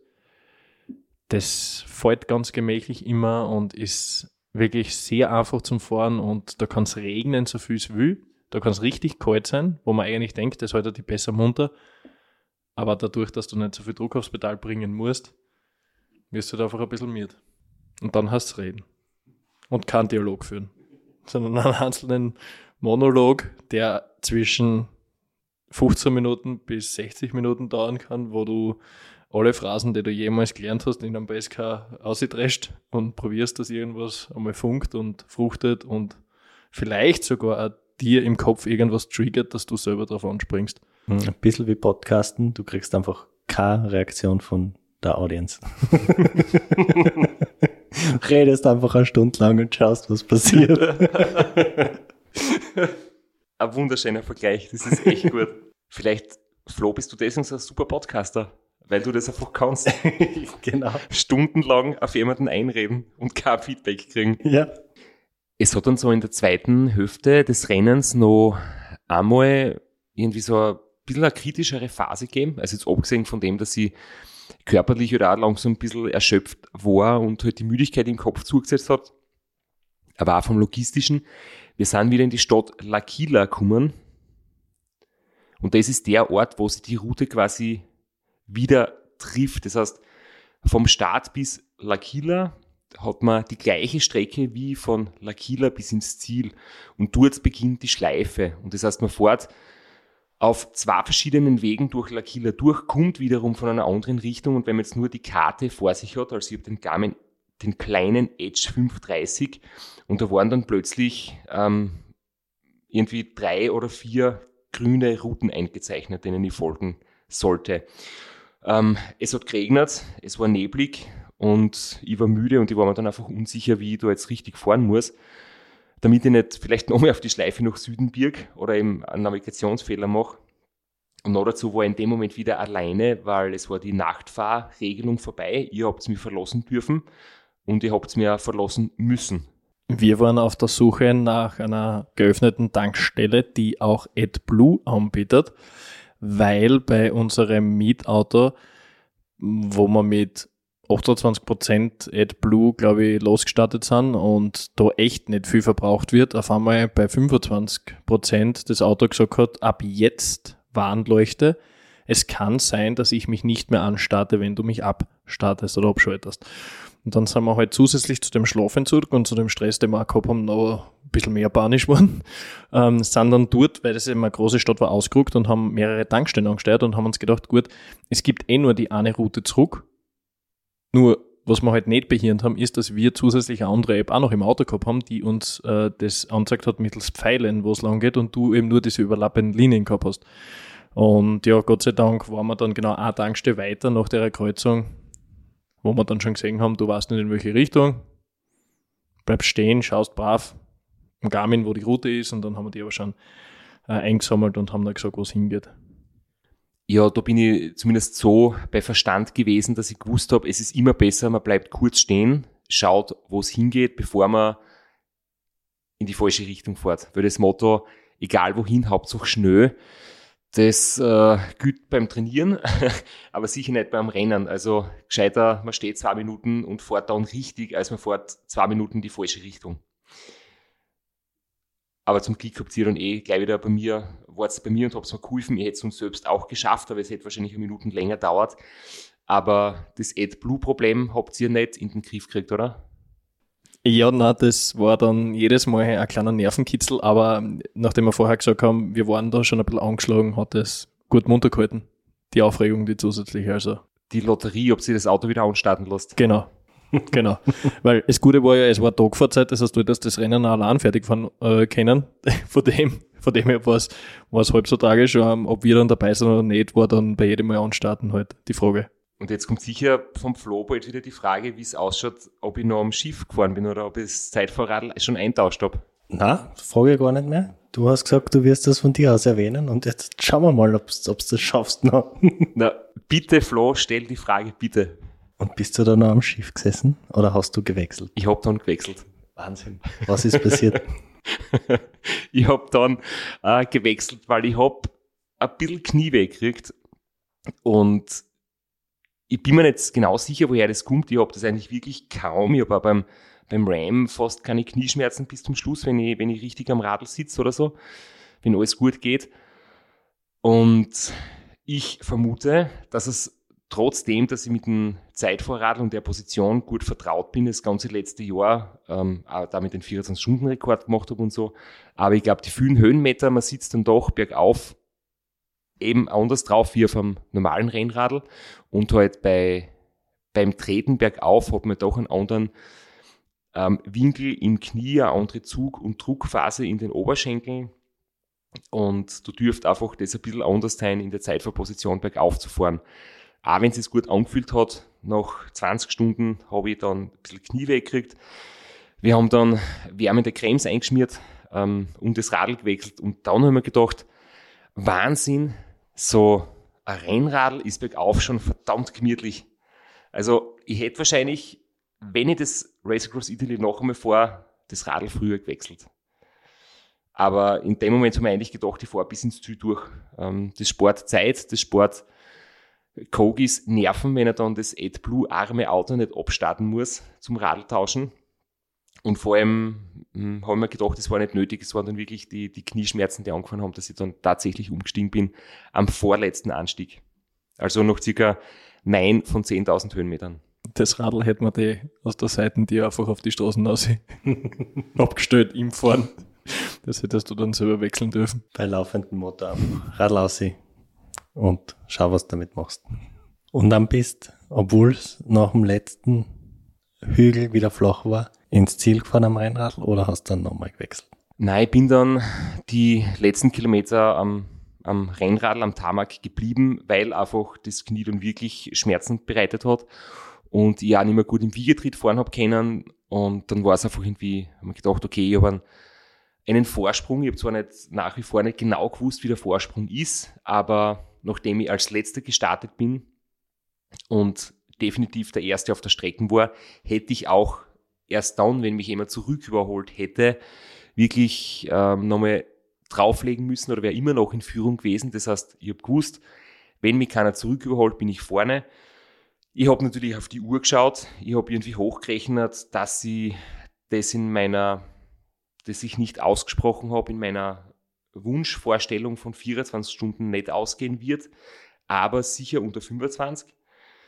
Das fällt ganz gemächlich immer und ist wirklich sehr einfach zum Fahren und da kann es regnen, so viel es will. Da kann es richtig kalt sein, wo man eigentlich denkt, das hält die besser munter. Aber dadurch, dass du nicht so viel Druck aufs Pedal bringen musst, wirst du da einfach ein bisschen miert. Und dann hast du reden. Und keinen Dialog führen, sondern einen einzelnen Monolog, der zwischen fünfzehn Minuten bis sechzig Minuten dauern kann, wo du alle Phrasen, die du jemals gelernt hast, in einem B S K ausdrescht und probierst, dass irgendwas einmal funkt und fruchtet und vielleicht sogar auch dir im Kopf irgendwas triggert, dass du selber drauf anspringst. Ein bisschen wie Podcasten, du kriegst einfach keine Reaktion von der Audience. Redest einfach eine Stunde lang und schaust, was passiert. Ein wunderschöner Vergleich, das ist echt gut. Vielleicht, Flo, bist du deswegen so ein super Podcaster, weil du das einfach kannst. Genau. Stundenlang auf jemanden einreden und kein Feedback kriegen. Ja. Es hat dann so in der zweiten Hälfte des Rennens noch einmal irgendwie so ein bisschen eine kritischere Phase gegeben. Also jetzt abgesehen von dem, dass sie körperlich oder auch langsam ein bisschen erschöpft war und halt die Müdigkeit im Kopf zugesetzt hat. Aber auch vom Logistischen. Wir sind wieder in die Stadt L'Aquila gekommen. Und das ist der Ort, wo sich die Route quasi wieder trifft. Das heißt, vom Start bis L'Aquila hat man die gleiche Strecke wie von L'Aquila bis ins Ziel. Und dort beginnt die Schleife. Und das heißt, man fährt auf zwei verschiedenen Wegen durch L'Aquila durch, kommt wiederum von einer anderen Richtung. Und wenn man jetzt nur die Karte vor sich hat, also ich habe den Garmin, den kleinen Edge fünfhundertdreißig, und da waren dann plötzlich ähm, irgendwie drei oder vier grüne Routen eingezeichnet, denen ich folgen sollte. Ähm, es hat geregnet, es war neblig und ich war müde und ich war mir dann einfach unsicher, wie ich da jetzt richtig fahren muss, damit ich nicht vielleicht nochmal auf die Schleife nach Süden birg oder eben einen Navigationsfehler mache. Und noch dazu war ich in dem Moment wieder alleine, weil es war die Nachtfahrregelung vorbei. Ihr habt mich verlassen dürfen und ihr habt mir verlassen müssen. Wir waren auf der Suche nach einer geöffneten Tankstelle, die auch AdBlue anbietet, weil bei unserem Mietauto, wo wir mit achtundzwanzig Prozent AdBlue, glaube ich, losgestartet sind und da echt nicht viel verbraucht wird, auf einmal bei fünfundzwanzig Prozent das Auto gesagt hat, ab jetzt Warnleuchte. Es kann sein, dass ich mich nicht mehr anstarte, wenn du mich abstartest oder abschaltest. Und dann sind wir halt zusätzlich zu dem Schlafentzug und zu dem Stress, den wir auch gehabt haben, noch ein bisschen mehr panisch geworden. Ähm, sind dann dort, weil das eben eine große Stadt war, ausgerückt und haben mehrere Tankstellen angesteuert und haben uns gedacht, gut, es gibt eh nur die eine Route zurück. Nur, was wir halt nicht behirnt haben, ist, dass wir zusätzlich eine andere App auch noch im Auto gehabt haben, die uns äh, das angezeigt hat mittels Pfeilen, wo es lang geht und du eben nur diese überlappenden Linien gehabt hast. Und ja, Gott sei Dank waren wir dann genau eine Tankstelle weiter nach der Kreuzung, wo wir dann schon gesehen haben, du weißt nicht in welche Richtung, bleibst stehen, schaust brav am Garmin, wo die Route ist, und dann haben wir die aber schon äh, eingesammelt und haben dann gesagt, wo es hingeht. Ja, da bin ich zumindest so bei Verstand gewesen, dass ich gewusst habe, es ist immer besser, man bleibt kurz stehen, schaut, wo es hingeht, bevor man in die falsche Richtung fährt. Weil das Motto, egal wohin, Hauptsache schnell, das äh, gilt beim Trainieren, aber sicher nicht beim Rennen. Also gescheiter, man steht zwei Minuten und fährt dann richtig, als man fährt zwei Minuten in die falsche Richtung. Aber zum Glück habt ihr dann eh gleich wieder bei mir, wart bei mir und habt mir geholfen. Ihr hättet es uns selbst auch geschafft, aber es hätte wahrscheinlich eine Minute länger gedauert. Aber das AdBlue-Problem habt ihr nicht in den Griff gekriegt, oder? Ja, nein, das war dann jedes Mal ein kleiner Nervenkitzel, aber nachdem wir vorher gesagt haben, wir waren da schon ein bisschen angeschlagen, hat das gut munter gehalten. Die Aufregung, die zusätzliche, also. Die Lotterie, ob sie das Auto wieder anstarten lässt. Genau. Genau, weil das Gute war ja, es war Tagfahrzeit, das heißt, du hättest das Rennen auch allein fertig fahren äh, können. Von dem, von dem her war es, war es halb so tragisch. Ähm, ob wir dann dabei sind oder nicht, war dann bei jedem Mal anstarten halt die Frage. Und jetzt kommt sicher vom Flo bald wieder die Frage, wie es ausschaut, ob ich noch am Schiff gefahren bin oder ob ich das Zeitfahrradl schon eintauscht habe. Na, frage ich gar nicht mehr. Du hast gesagt, du wirst das von dir aus erwähnen und jetzt schauen wir mal, ob du das schaffst noch. Na, bitte Flo, stell die Frage, bitte. Und bist du da noch am Schiff gesessen oder hast du gewechselt? Ich habe dann gewechselt. Wahnsinn. Was ist passiert? Ich habe dann äh, gewechselt, weil ich habe ein bisschen Knieweh gekriegt und ich bin mir nicht genau sicher, woher das kommt. Ich habe das eigentlich wirklich kaum. Ich habe auch beim, beim Ram fast keine Knieschmerzen bis zum Schluss, wenn ich, wenn ich richtig am Radl sitze oder so, wenn alles gut geht. Und ich vermute, dass es trotzdem, dass ich mit dem Zeitfahrradl und der Position gut vertraut bin, das ganze letzte Jahr, ähm, auch damit den vierundzwanzig-Stunden-Rekord gemacht habe und so. Aber ich glaube, die vielen Höhenmeter, man sitzt dann doch bergauf eben anders drauf wie auf einem normalen Rennradl. Und halt bei, beim Treten bergauf hat man doch einen anderen ähm, Winkel im Knie, eine andere Zug- und Druckphase in den Oberschenkeln. Und du dürft einfach das ein bisschen anders sein, in der Zeitfahrposition bergauf zu fahren. Auch wenn es sich gut angefühlt hat, nach zwanzig Stunden habe ich dann ein bisschen Knieweh gekriegt. Wir haben dann wärmende Cremes eingeschmiert ähm, und das Radl gewechselt. Und dann haben wir gedacht, Wahnsinn, so ein Rennradl ist bergauf schon verdammt gemütlich. Also ich hätte wahrscheinlich, wenn ich das Race Across Italy noch einmal fahre, das Radl früher gewechselt. Aber in dem Moment haben wir eigentlich gedacht, ich fahre bis ins Ziel durch. Ähm, das spart Zeit, das spart Kogis nerven, wenn er dann das AdBlue arme Auto nicht abstarten muss zum Radl tauschen. Und vor allem hm, haben wir gedacht, das war nicht nötig. Es waren dann wirklich die, die Knieschmerzen, die angefangen haben, dass ich dann tatsächlich umgestiegen bin am vorletzten Anstieg. Also noch circa neun von zehntausend Höhenmetern. Das Radl hätte man die aus der Seite, die einfach auf die Straßen raus abgestellt im Fahren. Das hättest du dann selber wechseln dürfen. Bei laufendem Motor einfach Radl aussehen und schau, was du damit machst. Und dann bist, obwohl es nach dem letzten Hügel wieder flach war, ins Ziel gefahren am Rennradl oder hast du dann nochmal gewechselt? Nein, ich bin dann die letzten Kilometer am, am Rennradl, am Tarmac geblieben, weil einfach das Knie dann wirklich Schmerzen bereitet hat und ich auch nicht mehr gut im Wiegetritt fahren habe können. Und dann war es einfach irgendwie, habe ich gedacht, okay, ich habe einen, einen Vorsprung. Ich habe zwar nicht nach wie vor nicht genau gewusst, wie der Vorsprung ist, aber nachdem ich als Letzter gestartet bin und definitiv der Erste auf der Strecke war, hätte ich auch erst dann, wenn mich jemand zurück überholt hätte, wirklich ähm, nochmal drauflegen müssen oder wäre immer noch in Führung gewesen. Das heißt, ich habe gewusst, wenn mich keiner zurück überholt, bin ich vorne. Ich habe natürlich auf die Uhr geschaut. Ich habe irgendwie hochgerechnet, dass ich das in meiner, das ich nicht ausgesprochen habe, in meiner Wunschvorstellung von vierundzwanzig Stunden nicht ausgehen wird, aber sicher unter fünfundzwanzig.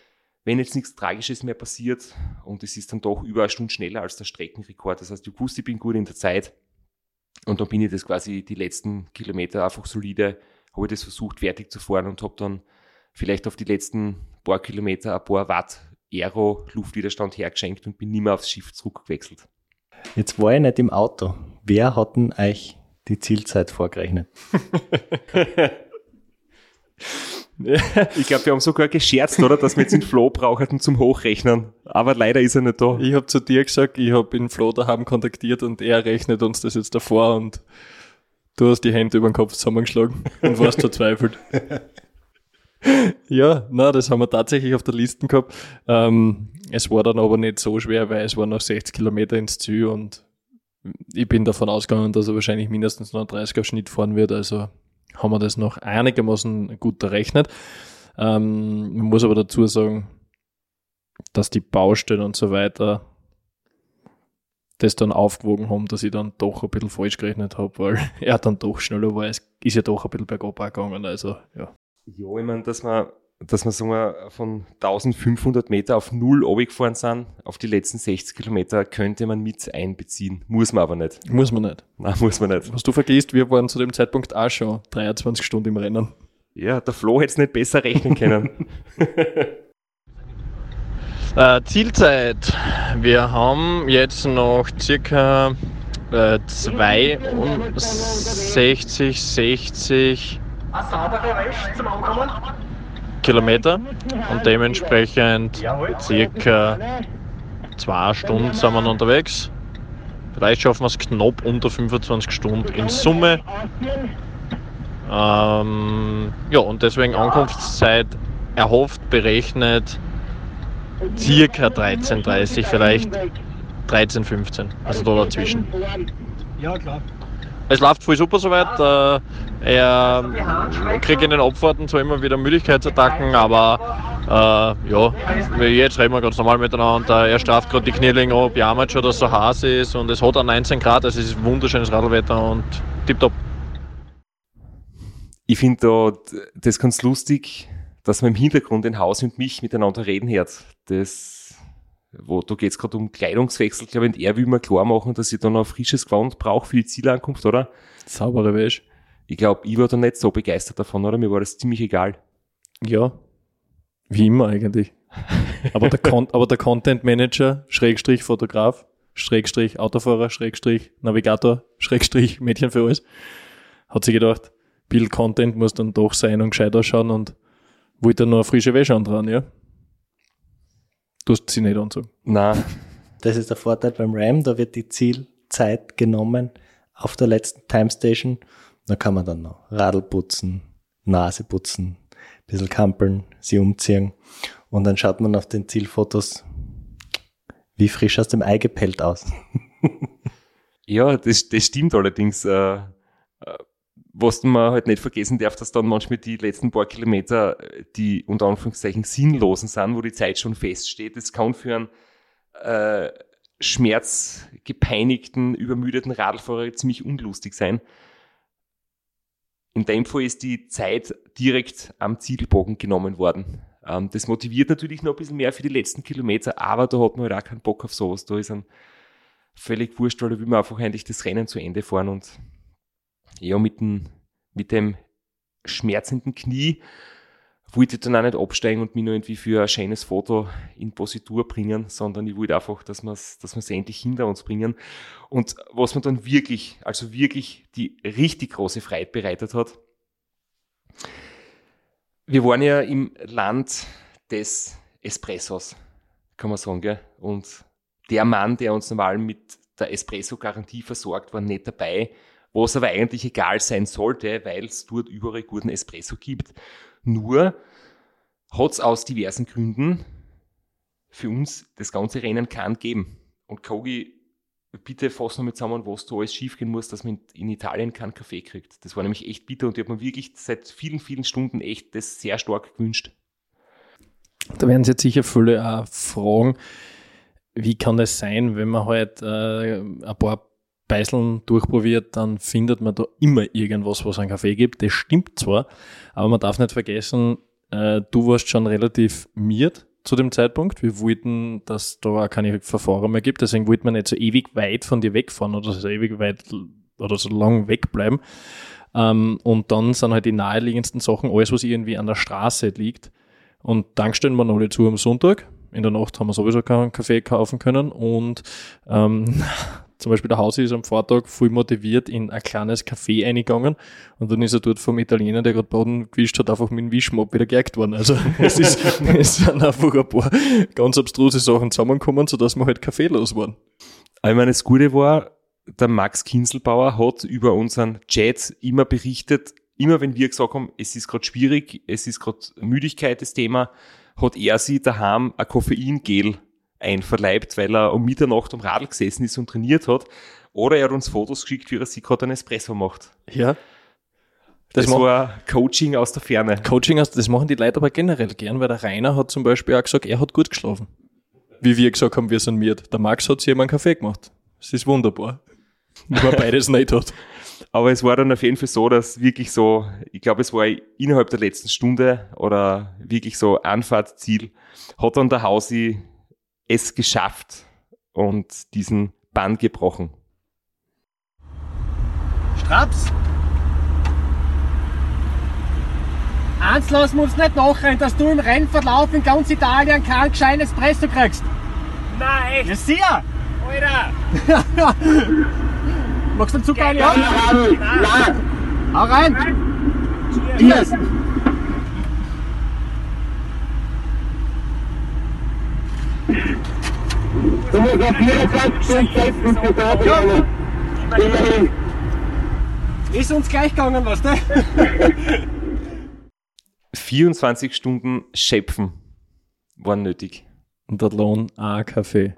wenn jetzt nichts Tragisches mehr passiert und es ist dann doch über eine Stunde schneller als der Streckenrekord. Das heißt, ich wusste, ich bin gut in der Zeit und dann bin ich das quasi die letzten Kilometer einfach solide, habe ich das versucht fertig zu fahren und habe dann vielleicht auf die letzten paar Kilometer ein paar Watt Aero Luftwiderstand hergeschenkt und bin nicht mehr aufs Schiff zurückgewechselt. Jetzt war ich nicht im Auto. Wer hat denn euch die Zielzeit vorgerechnet? Ich glaube, wir haben sogar gescherzt, oder, dass wir jetzt den Flo brauchen zum Hochrechnen. Aber leider ist er nicht da. Ich habe zu dir gesagt, ich habe den Flo daheim kontaktiert und er rechnet uns das jetzt davor und du hast die Hände über den Kopf zusammengeschlagen und warst verzweifelt. Ja, na, das haben wir tatsächlich auf der Liste gehabt. Ähm, es war dann aber nicht so schwer, weil es waren noch sechzig Kilometer ins Ziel und ich bin davon ausgegangen, dass er wahrscheinlich mindestens noch einen dreißiger Schnitt fahren wird, also haben wir das noch einigermaßen gut errechnet. Ähm, man muss aber dazu sagen, dass die Baustellen und so weiter das dann aufgewogen haben, dass ich dann doch ein bisschen falsch gerechnet habe, weil er dann doch schneller war. Es ist ja doch ein bisschen bergab gegangen, also ja. Ja, ich meine, dass wir, dass wir sagen wir, von eintausendfünfhundert Meter auf null runtergefahren sind, auf die letzten sechzig Kilometer, könnte man mit einbeziehen. Muss man aber nicht. Muss man nicht. Nein, muss man nicht. Was du vergisst, wir waren zu dem Zeitpunkt auch schon dreiundzwanzig Stunden im Rennen. Ja, der Flo hätte es nicht besser rechnen können. Äh, Zielzeit. Wir haben jetzt noch circa äh, zweiundsechzig, sechzig Kilometer und dementsprechend circa zwei Stunden sind wir unterwegs. Vielleicht schaffen wir es knapp unter fünfundzwanzig Stunden in Summe. Ähm, ja, und deswegen Ankunftszeit erhofft, berechnet circa dreizehn Uhr dreißig, vielleicht dreizehn Uhr fünfzehn, also da dazwischen. Ja, klar. Es läuft voll super soweit. Äh, er kriegt in den Abfahrten zwar immer wieder Müdigkeitsattacken, aber äh, ja, jetzt reden wir ganz normal miteinander. Er straft gerade die Knielinge ab, jammert schon, dass es so heiß ist und es hat auch neunzehn Grad, also es ist wunderschönes Radlwetter und tipptopp. Ich finde da das ganz lustig, dass man im Hintergrund den Haus und mich miteinander reden hört. Das, wo, da geht es gerade um Kleidungswechsel, glaube ich, und er will mir klar machen, dass ich da noch ein frisches Gewand brauche für die Zielankunft, oder? Saubere Wäsche. Ich glaube, ich war da nicht so begeistert davon, oder? Mir war das ziemlich egal. Ja, wie immer eigentlich. Aber der, Con- aber der Content Manager, Schrägstrich Fotograf, Schrägstrich Autofahrer, Schrägstrich Navigator, Schrägstrich Mädchen für alles, hat sich gedacht, Bild Content muss dann doch sein und gescheit ausschauen und wollte dann noch eine frische Wäsche antragen, ja? Du hast sie nicht anzogen. Nein. Das ist der Vorteil beim Ram, da wird die Zielzeit genommen auf der letzten Timestation. Da kann man dann noch Radl putzen, Nase putzen, ein bisschen kampeln, sie umziehen und dann schaut man auf den Zielfotos wie frisch aus dem Ei gepellt aus. Ja, das, das stimmt allerdings. Äh, äh, was man halt nicht vergessen darf, dass dann manchmal die letzten paar Kilometer, die unter Anführungszeichen sinnlosen sind, wo die Zeit schon feststeht. Das kann für einen äh, schmerzgepeinigten, übermüdeten Radlfahrer ziemlich unlustig sein. In dem Fall ist die Zeit direkt am Zielbogen genommen worden. Ähm, das motiviert natürlich noch ein bisschen mehr für die letzten Kilometer, aber da hat man halt auch keinen Bock auf sowas. Da ist ein völlig wurscht, weil da will man einfach eigentlich das Rennen zu Ende fahren und ja, mit dem, mit dem schmerzenden Knie wollte ich dann auch nicht absteigen und mich noch irgendwie für ein schönes Foto in Positur bringen, sondern ich wollte einfach, dass wir es dass wir's endlich hinter uns bringen. Und was mir dann wirklich, also wirklich die richtig große Freude bereitet hat, wir waren ja im Land des Espressos, kann man sagen, gell? Und der Mann, der uns normal mit der Espresso-Garantie versorgt, war nicht dabei, was aber eigentlich egal sein sollte, weil es dort überall guten Espresso gibt. Nur hat es aus diversen Gründen für uns das ganze Rennen keinen geben. Und Kogi, bitte fass noch mit zusammen, was da alles schief gehen muss, dass man in Italien keinen Kaffee kriegt. Das war nämlich echt bitter und ich habe mir wirklich seit vielen, vielen Stunden echt das sehr stark gewünscht. Da werden sich jetzt sicher viele auch fragen, wie kann es sein, wenn man halt äh, ein paar Beiseln durchprobiert, dann findet man da immer irgendwas, was einen Kaffee gibt. Das stimmt zwar, aber man darf nicht vergessen, äh, du warst schon relativ miert zu dem Zeitpunkt. Wir wollten, dass da auch keine Verfahren mehr gibt, deswegen wollten wir nicht so ewig weit von dir wegfahren oder so ewig weit oder so lang wegbleiben. Ähm, und dann sind halt die naheliegendsten Sachen, alles, was irgendwie an der Straße liegt. Und Tankstellen waren alle zu am Sonntag. In der Nacht haben wir sowieso keinen Kaffee kaufen können. Und ähm, zum Beispiel der Hausi ist am Vortag voll motiviert in ein kleines Café eingegangen. Und dann ist er dort vom Italiener, der gerade Boden gewischt hat, einfach mit dem Wischmopp wieder geärgert worden. Also es, ist, es sind einfach ein paar ganz abstruse Sachen zusammengekommen, sodass wir halt kaffeelos waren. Ich meine, das Gute war, der Max Kinselbauer hat über unseren Chat immer berichtet, immer wenn wir gesagt haben, es ist gerade schwierig, es ist gerade Müdigkeit das Thema, hat er sich daheim ein Koffeingel einverleibt, weil er um Mitternacht am Radl gesessen ist und trainiert hat. Oder er hat uns Fotos geschickt, wie er sich gerade einen Espresso macht. Ja. Das, Das war Coaching aus der Ferne. Coaching, aus- das machen die Leute aber generell gern, weil der Rainer hat zum Beispiel auch gesagt, er hat gut geschlafen. Wie wir gesagt haben, wir sind miert. Der Max hat sich immer einen Kaffee gemacht. Das ist wunderbar. Wenn man beides nicht hat. Aber es war dann auf jeden Fall so, dass wirklich so, ich glaube, es war innerhalb der letzten Stunde oder wirklich so Anfahrtsziel, hat dann der Hausi es geschafft und diesen Bann gebrochen. Straps! Eins lassen wir uns nicht nachrennen, dass du im Rennverlauf in ganz Italien keinen gescheiten Espresso kriegst. Nein! Ja, sicher! Alter! Magst du den Zucker eine haben? Nein! Hau rein! Cheers! Ist uns gleich gegangen, was du? vierundzwanzig Stunden Schöpfen waren nötig. Und der Lohn ein Kaffee.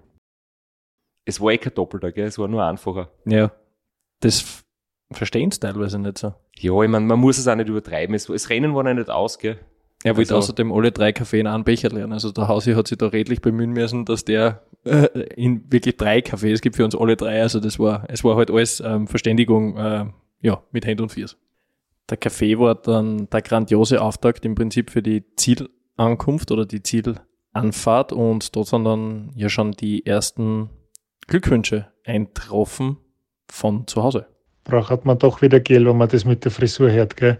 Es war eh kein Doppelter, gell? Es war nur einfacher. Ja. Das f- verstehen sie teilweise nicht so. Ja, ich meine, man muss es auch nicht übertreiben. Es, das Rennen war noch nicht aus, gell? Er wollte Also- außerdem alle drei Kaffee in einen Becher lernen. Also der Hausi hat sich da redlich bemühen müssen, dass der äh, in wirklich drei Kaffees gibt für uns alle drei. Also das war, es war halt alles ähm, Verständigung, äh, ja, mit Hand und Fuß. Der Kaffee war dann der grandiose Auftakt im Prinzip für die Zielankunft oder die Zielanfahrt und dort sind dann ja schon die ersten Glückwünsche eintroffen von zu Hause. Braucht man doch wieder Geld, wenn man das mit der Frisur hört, gell?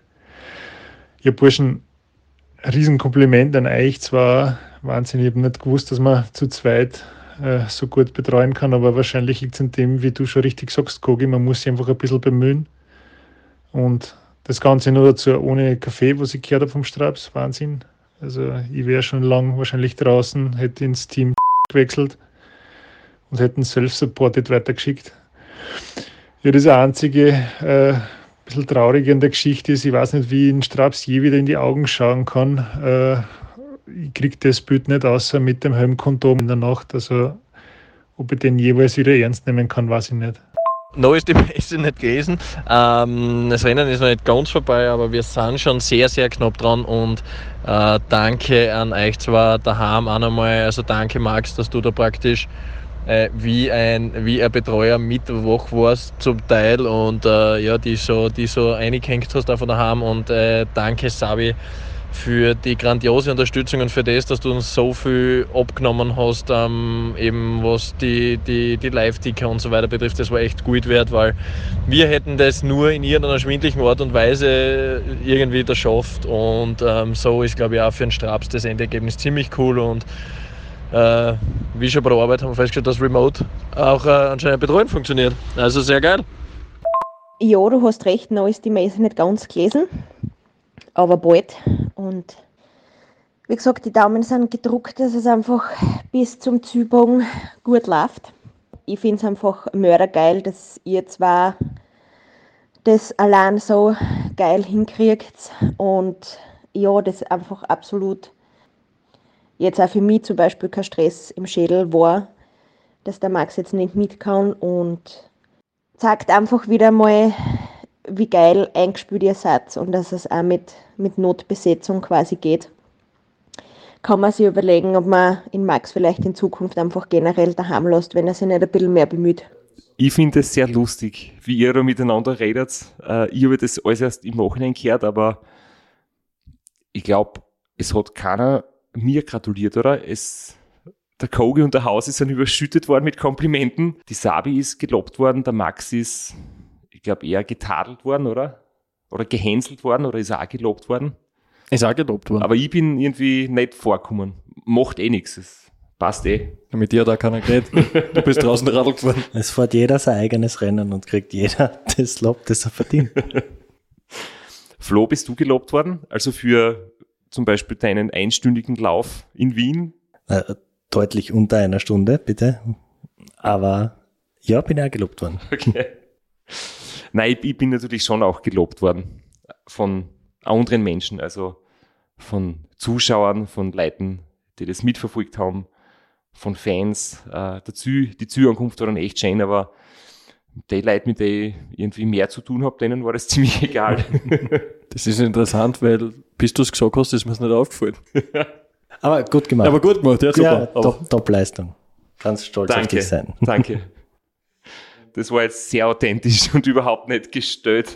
Ihr Burschen, ein Riesenkompliment an euch. Zwar Wahnsinn, ich habe nicht gewusst, dass man zu zweit äh, so gut betreuen kann, aber wahrscheinlich liegt es an dem, wie du schon richtig sagst, Kogi, man muss sich einfach ein bisschen bemühen. Und das Ganze nur dazu ohne Kaffee, was ich gehört habe vom Straps, Wahnsinn. Also ich wäre schon lang wahrscheinlich draußen, hätte ins Team gewechselt und hätten self-supported weitergeschickt. Ja, das einzige äh, bisschen Traurige an der Geschichte ist, ich weiß nicht, wie ich den Straps je wieder in die Augen schauen kann. Äh, ich kriege das Bild nicht außer mit dem Helmkondom in der Nacht. Also ob ich den jeweils wieder ernst nehmen kann, weiß ich nicht. Noch ist die Messe nicht gewesen. Ähm, das Rennen ist noch nicht ganz vorbei, aber wir sind schon sehr, sehr knapp dran und äh, danke an euch zwar daheim auch nochmal. Also danke Max, dass du da praktisch äh, wie ein wie ein Betreuer mit wach warst zum Teil und äh, ja, die so, die so eingehängt hast von daheim und äh, danke Sabi für die grandiose Unterstützung und für das, dass du uns so viel abgenommen hast, ähm, eben was die, die, die Live-Ticker und so weiter betrifft. Das war echt gut wert, weil wir hätten das nur in irgendeiner schwindlichen Art und Weise irgendwie geschafft und ähm, so ist, glaube ich, auch für den Straps das Endergebnis ziemlich cool und äh, wie schon bei der Arbeit haben wir festgestellt, dass Remote auch äh, anscheinend betreuen funktioniert. Also sehr geil. Ja, du hast recht, noch ist die Messe nicht ganz gelesen, aber bald. Und wie gesagt, die Daumen sind gedruckt, dass es einfach bis zum Zielbogen gut läuft. Ich finde es einfach mördergeil, dass ihr zwar das allein so geil hinkriegt und ja, das einfach absolut jetzt auch für mich zum Beispiel kein Stress im Schädel war, dass der Max jetzt nicht mit kann und zeigt einfach wieder mal, wie geil eingespielt ihr seid und dass es auch mit, mit Notbesetzung quasi geht. Kann man sich überlegen, ob man in Max vielleicht in Zukunft einfach generell daheim lässt, wenn er sich nicht ein bisschen mehr bemüht. Ich finde es sehr lustig, wie ihr da miteinander redet. Äh, ich habe das alles erst im Nachhinein gehört, aber ich glaube, es hat keiner mir gratuliert, oder? Es, der Kogi und der Hausi sind überschüttet worden mit Komplimenten. Die Sabi ist gelobt worden, der Max ist, ich glaube, eher getadelt worden, oder? Oder gehänselt worden, oder ist er auch gelobt worden? Ist auch gelobt worden. Aber ich bin irgendwie nicht vorgekommen. Macht eh nichts. Es passt eh. Mit dir hat auch keiner geredet. Du bist draußen Radl gefahren. Es fährt jeder sein eigenes Rennen und kriegt jeder das Lob, das er verdient. Flo, bist du gelobt worden? Also für zum Beispiel deinen einstündigen Lauf in Wien? Äh, deutlich unter einer Stunde, bitte. Aber ja, bin auch gelobt worden. Okay. Nein, ich, ich bin natürlich schon auch gelobt worden von anderen Menschen, also von Zuschauern, von Leuten, die das mitverfolgt haben, von Fans. Äh, der Zü, die Zü-Ankunft war dann echt schön, aber die Leute, mit denen ich irgendwie mehr zu tun habe, denen war das ziemlich egal. Das ist interessant, weil bis du es gesagt hast, ist mir es nicht aufgefallen. Aber gut gemacht. Aber gut gemacht, ja, super. Ja, Top, Top-Leistung. Ganz stolz danke, auf dich sein. Danke. Das war jetzt sehr authentisch und überhaupt nicht gestellt.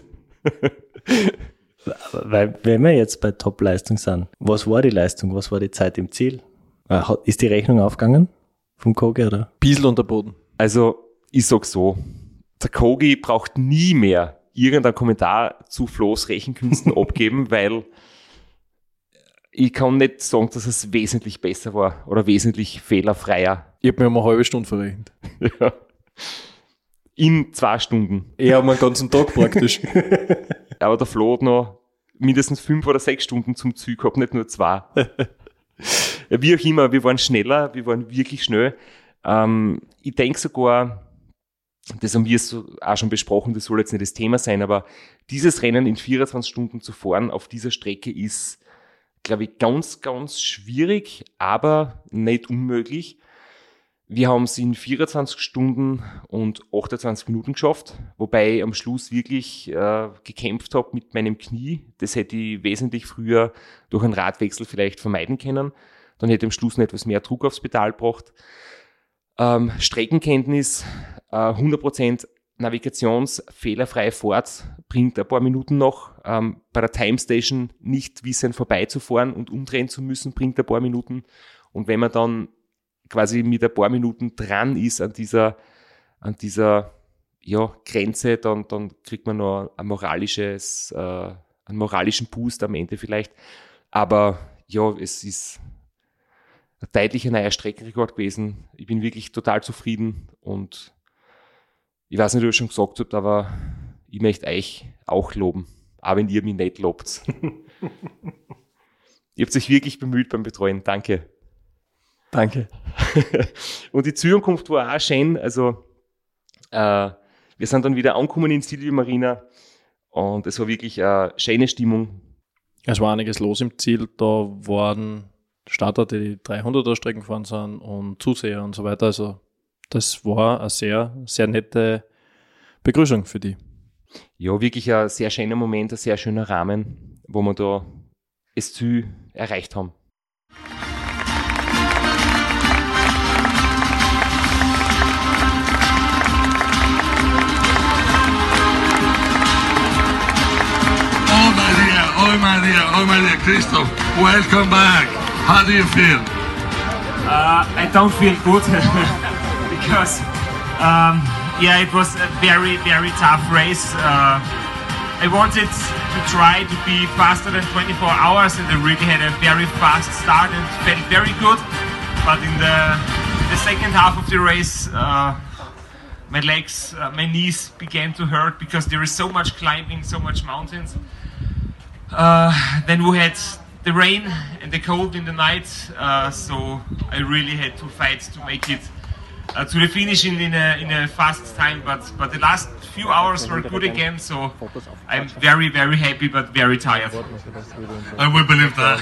Weil, wenn wir jetzt bei Top-Leistung sind, was war die Leistung? Was war die Zeit im Ziel? Ist die Rechnung aufgegangen vom Kogi, oder? Bissl unter Boden. Also, ich sag so, der Kogi braucht nie mehr irgendeinen Kommentar zu Flo's Rechenkünsten abgeben, weil ich kann nicht sagen, dass es wesentlich besser war oder wesentlich fehlerfreier. Ich habe mir um eine halbe Stunde verrechnet. Ja. In zwei Stunden. Eher um einen ganzen Tag praktisch. Aber der Flo hat noch mindestens fünf oder sechs Stunden zum Ziel gehabt, nicht nur zwei. Ja, wie auch immer, wir waren schneller, wir waren wirklich schnell. Ähm, ich denke sogar, das haben wir so auch schon besprochen, das soll jetzt nicht das Thema sein, aber dieses Rennen in vierundzwanzig Stunden zu fahren auf dieser Strecke ist, glaube ich, ganz, ganz schwierig, aber nicht unmöglich. Wir haben es in vierundzwanzig Stunden und achtundzwanzig Minuten geschafft, wobei ich am Schluss wirklich äh, gekämpft habe mit meinem Knie. Das hätte ich wesentlich früher durch einen Radwechsel vielleicht vermeiden können. Dann hätte ich am Schluss noch etwas mehr Druck aufs Pedal gebracht. Ähm, Streckenkenntnis, äh, hundert Prozent navigationsfehlerfreie Fahrt bringt ein paar Minuten noch. Ähm, bei der Time Station nicht wissen, vorbeizufahren und umdrehen zu müssen, bringt ein paar Minuten. Und wenn man dann quasi mit ein paar Minuten dran ist an dieser, an dieser ja, Grenze, dann, dann kriegt man noch ein moralisches, äh, einen moralischen Boost am Ende vielleicht. Aber ja, es ist ein deutlicher neuer Streckenrekord gewesen. Ich bin wirklich total zufrieden und ich weiß nicht, ob ihr schon gesagt habt, aber ich möchte euch auch loben, auch wenn ihr mich nicht lobt. Ihr habt euch wirklich bemüht beim Betreuen. Danke. Danke. Und die Zusammenkunft war auch schön. Also, äh, wir sind dann wieder angekommen in Silvia Marina und es war wirklich eine schöne Stimmung. Es war einiges los im Ziel. Da waren Starter, die dreihunderter Strecken gefahren sind und Zuseher und so weiter. Also, das war eine sehr, sehr nette Begrüßung für die. Ja, wirklich ein sehr schöner Moment, ein sehr schöner Rahmen, wo wir da das Ziel erreicht haben. Oh my dear, oh my dear, Christoph, welcome back. How do you feel? Uh, I don't feel good because, um, yeah, it was a very, very tough race. Uh, I wanted to try to be faster than twenty-four hours and I really had a very fast start and felt very good. But in the, in the second half of the race, uh, my legs, uh, my knees began to hurt because there is so much climbing, so much mountains. Uh, then we had the rain and the cold in the night, uh, so I really had to fight to make it uh, to the finish in, in, a, in a fast time. But, but the last few hours were good again, so I'm very, very happy but very tired. And we believe that.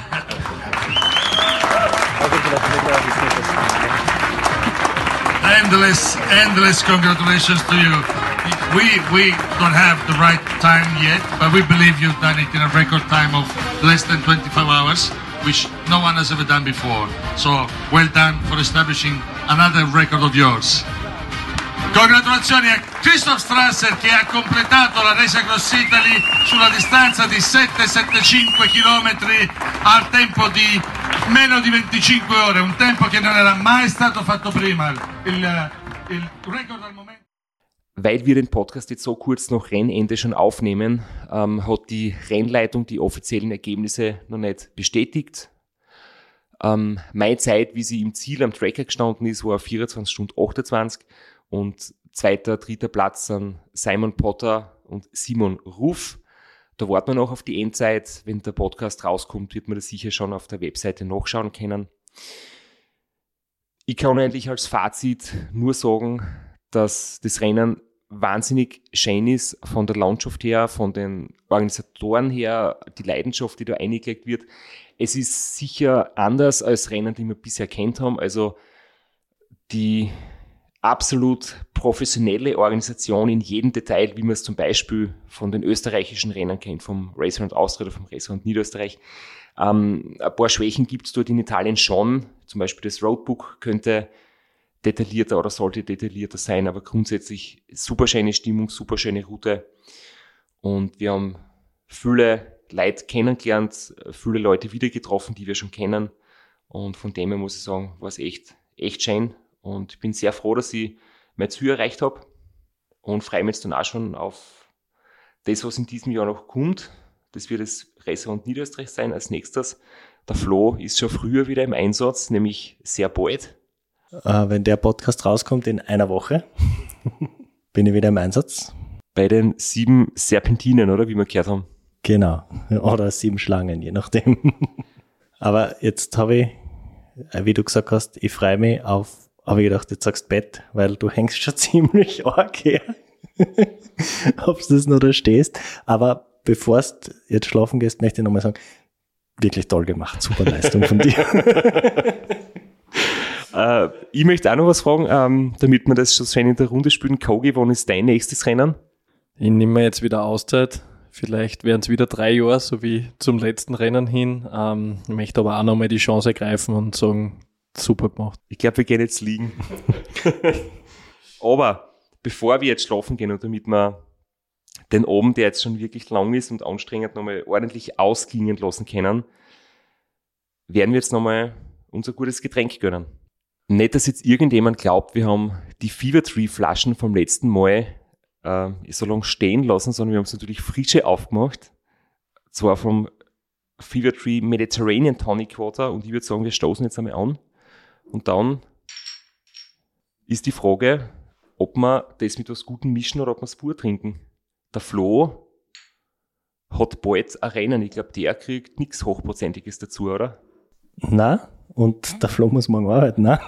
Endless, endless congratulations to you. We we don't have the right time yet, but we believe you've done it in a record time of less than twenty-five hours, which no one has ever done before. So well done for establishing another record of yours. Congratulazioni a Christoph Strasser che ha completato la Race Across Italy sulla distanza di sette virgola settantacinque chilometri al tempo di meno di venticinque ore, un tempo che non era mai stato fatto prima. Il, il record al momento. Weil wir den Podcast jetzt so kurz nach Rennende schon aufnehmen, ähm, hat die Rennleitung die offiziellen Ergebnisse noch nicht bestätigt. Ähm, meine Zeit, wie sie im Ziel am Tracker gestanden ist, war vierundzwanzig Stunden achtundzwanzig und zweiter, dritter Platz sind Simon Potter und Simon Ruff. Da warten wir noch auf die Endzeit. Wenn der Podcast rauskommt, wird man das sicher schon auf der Webseite nachschauen können. Ich kann eigentlich als Fazit nur sagen, dass das Rennen wahnsinnig schön ist, von der Landschaft her, von den Organisatoren her, die Leidenschaft, die da eingelegt wird. Es ist sicher anders als Rennen, die wir bisher kennt haben. Also die absolut professionelle Organisation in jedem Detail, wie man es zum Beispiel von den österreichischen Rennen kennt, vom Raceround Austria oder vom Raceround Niederösterreich. Ähm, ein paar Schwächen gibt es dort in Italien schon. Zum Beispiel das Roadbook könnte detaillierter oder sollte detaillierter sein, aber grundsätzlich super schöne Stimmung, super schöne Route. Und wir haben viele Leute kennengelernt, viele Leute wieder getroffen, die wir schon kennen. Und von dem her muss ich sagen, war es echt, echt schön. Und ich bin sehr froh, dass ich mein Ziel erreicht habe und freue mich jetzt dann auch schon auf das, was in diesem Jahr noch kommt. Das wird das Raceround Niederösterreich sein als nächstes. Der Flo ist schon früher wieder im Einsatz, nämlich sehr bald. Äh, wenn der Podcast rauskommt in einer Woche, bin ich wieder im Einsatz. Bei den sieben Serpentinen, oder? Wie wir gehört haben. Genau. Oder sieben Schlangen, je nachdem. Aber jetzt habe ich, wie du gesagt hast, ich freue mich auf, habe ich gedacht, jetzt sagst Bett, weil du hängst schon ziemlich arg her. Ob du das noch da stehst. Aber bevor du jetzt schlafen gehst, möchte ich nochmal sagen, wirklich toll gemacht. Super Leistung von dir. äh, ich möchte auch noch was fragen, ähm, damit wir das schon schön in der Runde spielen. Kogi, wann ist dein nächstes Rennen? Ich nehme mir jetzt wieder Auszeit. Vielleicht werden es wieder drei Jahre, so wie zum letzten Rennen hin. Ähm, ich möchte aber auch nochmal die Chance ergreifen und sagen, super gemacht. Ich glaube, wir gehen jetzt liegen. Aber bevor wir jetzt schlafen gehen und damit wir den Abend, der jetzt schon wirklich lang ist und anstrengend, nochmal ordentlich ausklingen lassen können, werden wir jetzt nochmal unser gutes Getränk gönnen. Nicht, dass jetzt irgendjemand glaubt, wir haben die Fever Tree Flaschen vom letzten Mal äh, so lange stehen lassen, sondern wir haben es natürlich frische aufgemacht. Zwar vom Fever Tree Mediterranean Tonic Water und ich würde sagen, wir stoßen jetzt einmal an. Und dann ist die Frage, ob wir das mit was Gutem mischen oder ob wir es pur trinken. Der Flo hat bald ein Rennen. Ich glaube, der kriegt nichts Hochprozentiges dazu, oder? Na, und der Flo muss morgen arbeiten, ne?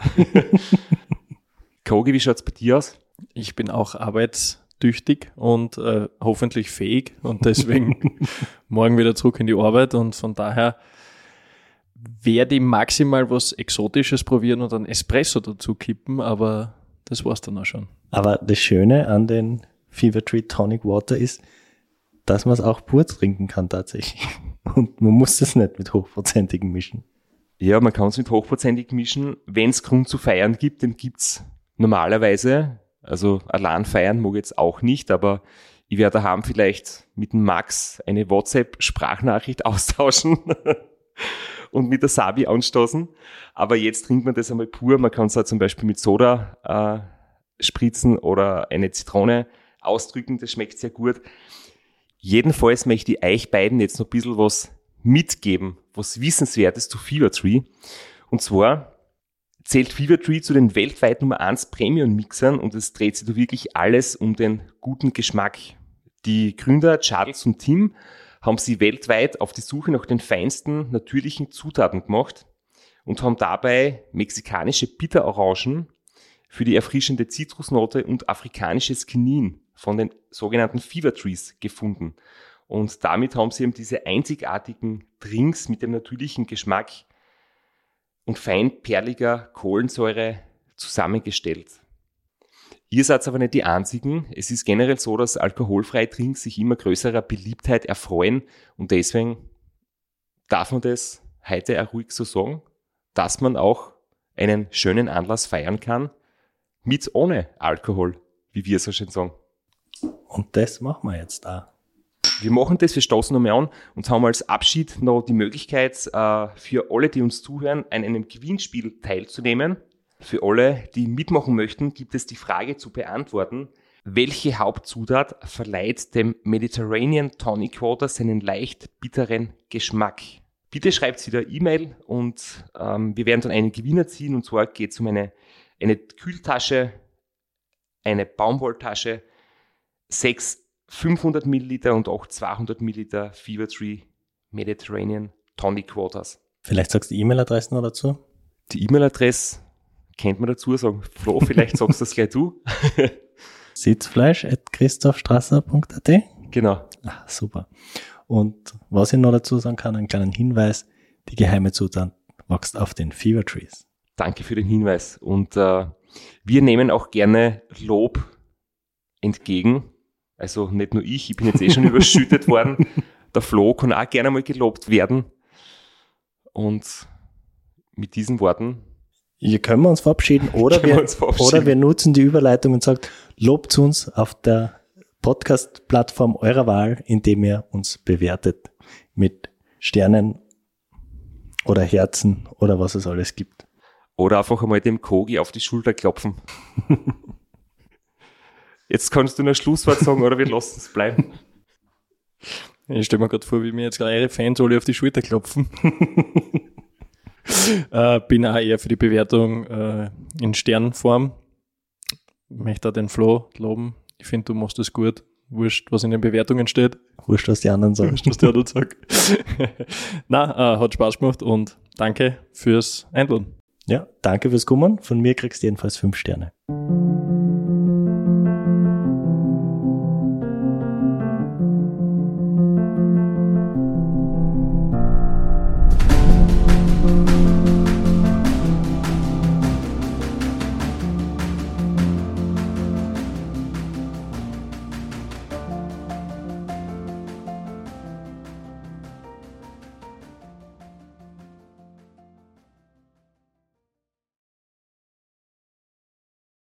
Kogi, wie schaut es bei dir aus? Ich bin auch arbeitstüchtig und äh, hoffentlich fähig und deswegen morgen wieder zurück in die Arbeit und von daher werde ich maximal was Exotisches probieren und einen Espresso dazu kippen, aber das war's dann auch schon. Aber das Schöne an den Fever Tree Tonic Water ist, dass man es auch pur trinken kann tatsächlich. Und man muss es nicht mit hochprozentigen mischen. Ja, man kann es mit hochprozentig mischen. Wenn es Grund zu feiern gibt, den gibt's normalerweise. Also allein feiern mag ich jetzt auch nicht, aber ich werde daheim vielleicht mit dem Max eine WhatsApp-Sprachnachricht austauschen und mit der Sabi anstoßen. Aber jetzt trinkt man das einmal pur. Man kann es auch zum Beispiel mit Soda äh, spritzen oder eine Zitrone ausdrücken. Das schmeckt sehr gut. Jedenfalls möchte ich euch beiden jetzt noch ein bisschen was mitgeben, was Wissenswertes zu Fever Tree. Und zwar zählt Fever Tree zu den weltweit Nummer eins Premium-Mixern und es dreht sich da wirklich alles um den guten Geschmack. Die Gründer Charles und Tim haben sie weltweit auf die Suche nach den feinsten natürlichen Zutaten gemacht und haben dabei mexikanische Bitterorangen für die erfrischende Zitrusnote und afrikanisches Quinin von den sogenannten Fever Trees gefunden. Und damit haben sie eben diese einzigartigen Drinks mit dem natürlichen Geschmack und fein perliger Kohlensäure zusammengestellt. Ihr seid aber nicht die Einzigen. Es ist generell so, dass alkoholfreie Drinks sich immer größerer Beliebtheit erfreuen und deswegen darf man das heute auch ruhig so sagen, dass man auch einen schönen Anlass feiern kann mit ohne Alkohol, wie wir so schön sagen. Und das machen wir jetzt auch. Wir machen das, wir stoßen nochmal an und haben als Abschied noch die Möglichkeit, äh, für alle, die uns zuhören, an einem Gewinnspiel teilzunehmen. Für alle, die mitmachen möchten, gibt es die Frage zu beantworten: Welche Hauptzutat verleiht dem Mediterranean Tonic Water seinen leicht bitteren Geschmack? Bitte schreibt wieder E-Mail und ähm, wir werden dann einen Gewinner ziehen. Und zwar geht es um eine, eine Kühltasche, eine Baumwolltasche, sechs fünfhundert Milliliter und auch zweihundert Milliliter Fever Tree Mediterranean Tonic Waters. Vielleicht sagst du die E-Mail-Adresse noch dazu? Die E-Mail-Adresse kennt man dazu sagen. Flo, vielleicht sagst du das gleich du. sitzfleisch at christophstrasser punkt a t. Genau. Ah, super. Und was ich noch dazu sagen kann, einen kleinen Hinweis: Die geheime Zutat wächst auf den Fever Trees. Danke für den Hinweis. Und äh, wir nehmen auch gerne Lob entgegen. Also nicht nur ich, ich bin jetzt eh schon überschüttet worden. Der Flo kann auch gerne mal gelobt werden. Und mit diesen Worten Hier können wir uns verabschieden oder, wir, wir uns verabschieden. oder wir nutzen die Überleitung und sagt, lobt uns auf der Podcast-Plattform eurer Wahl, indem ihr uns bewertet mit Sternen oder Herzen oder was es alles gibt. Oder einfach einmal dem Kogi auf die Schulter klopfen. Jetzt kannst du noch ein Schlusswort sagen oder wir lassen es bleiben. Ich stelle mir gerade vor, wie mir jetzt eure Fans alle auf die Schulter klopfen. äh, bin auch eher für die Bewertung äh, in Sternenform. Möchte auch den Flo loben. Ich finde, du machst das gut. Wurscht, was in den Bewertungen steht. Wurscht, was die anderen sagen. Wurscht, was die anderen sagen. Na, äh, hat Spaß gemacht und danke fürs Einladen. Ja, danke fürs Kommen. Von mir kriegst du jedenfalls fünf Sterne.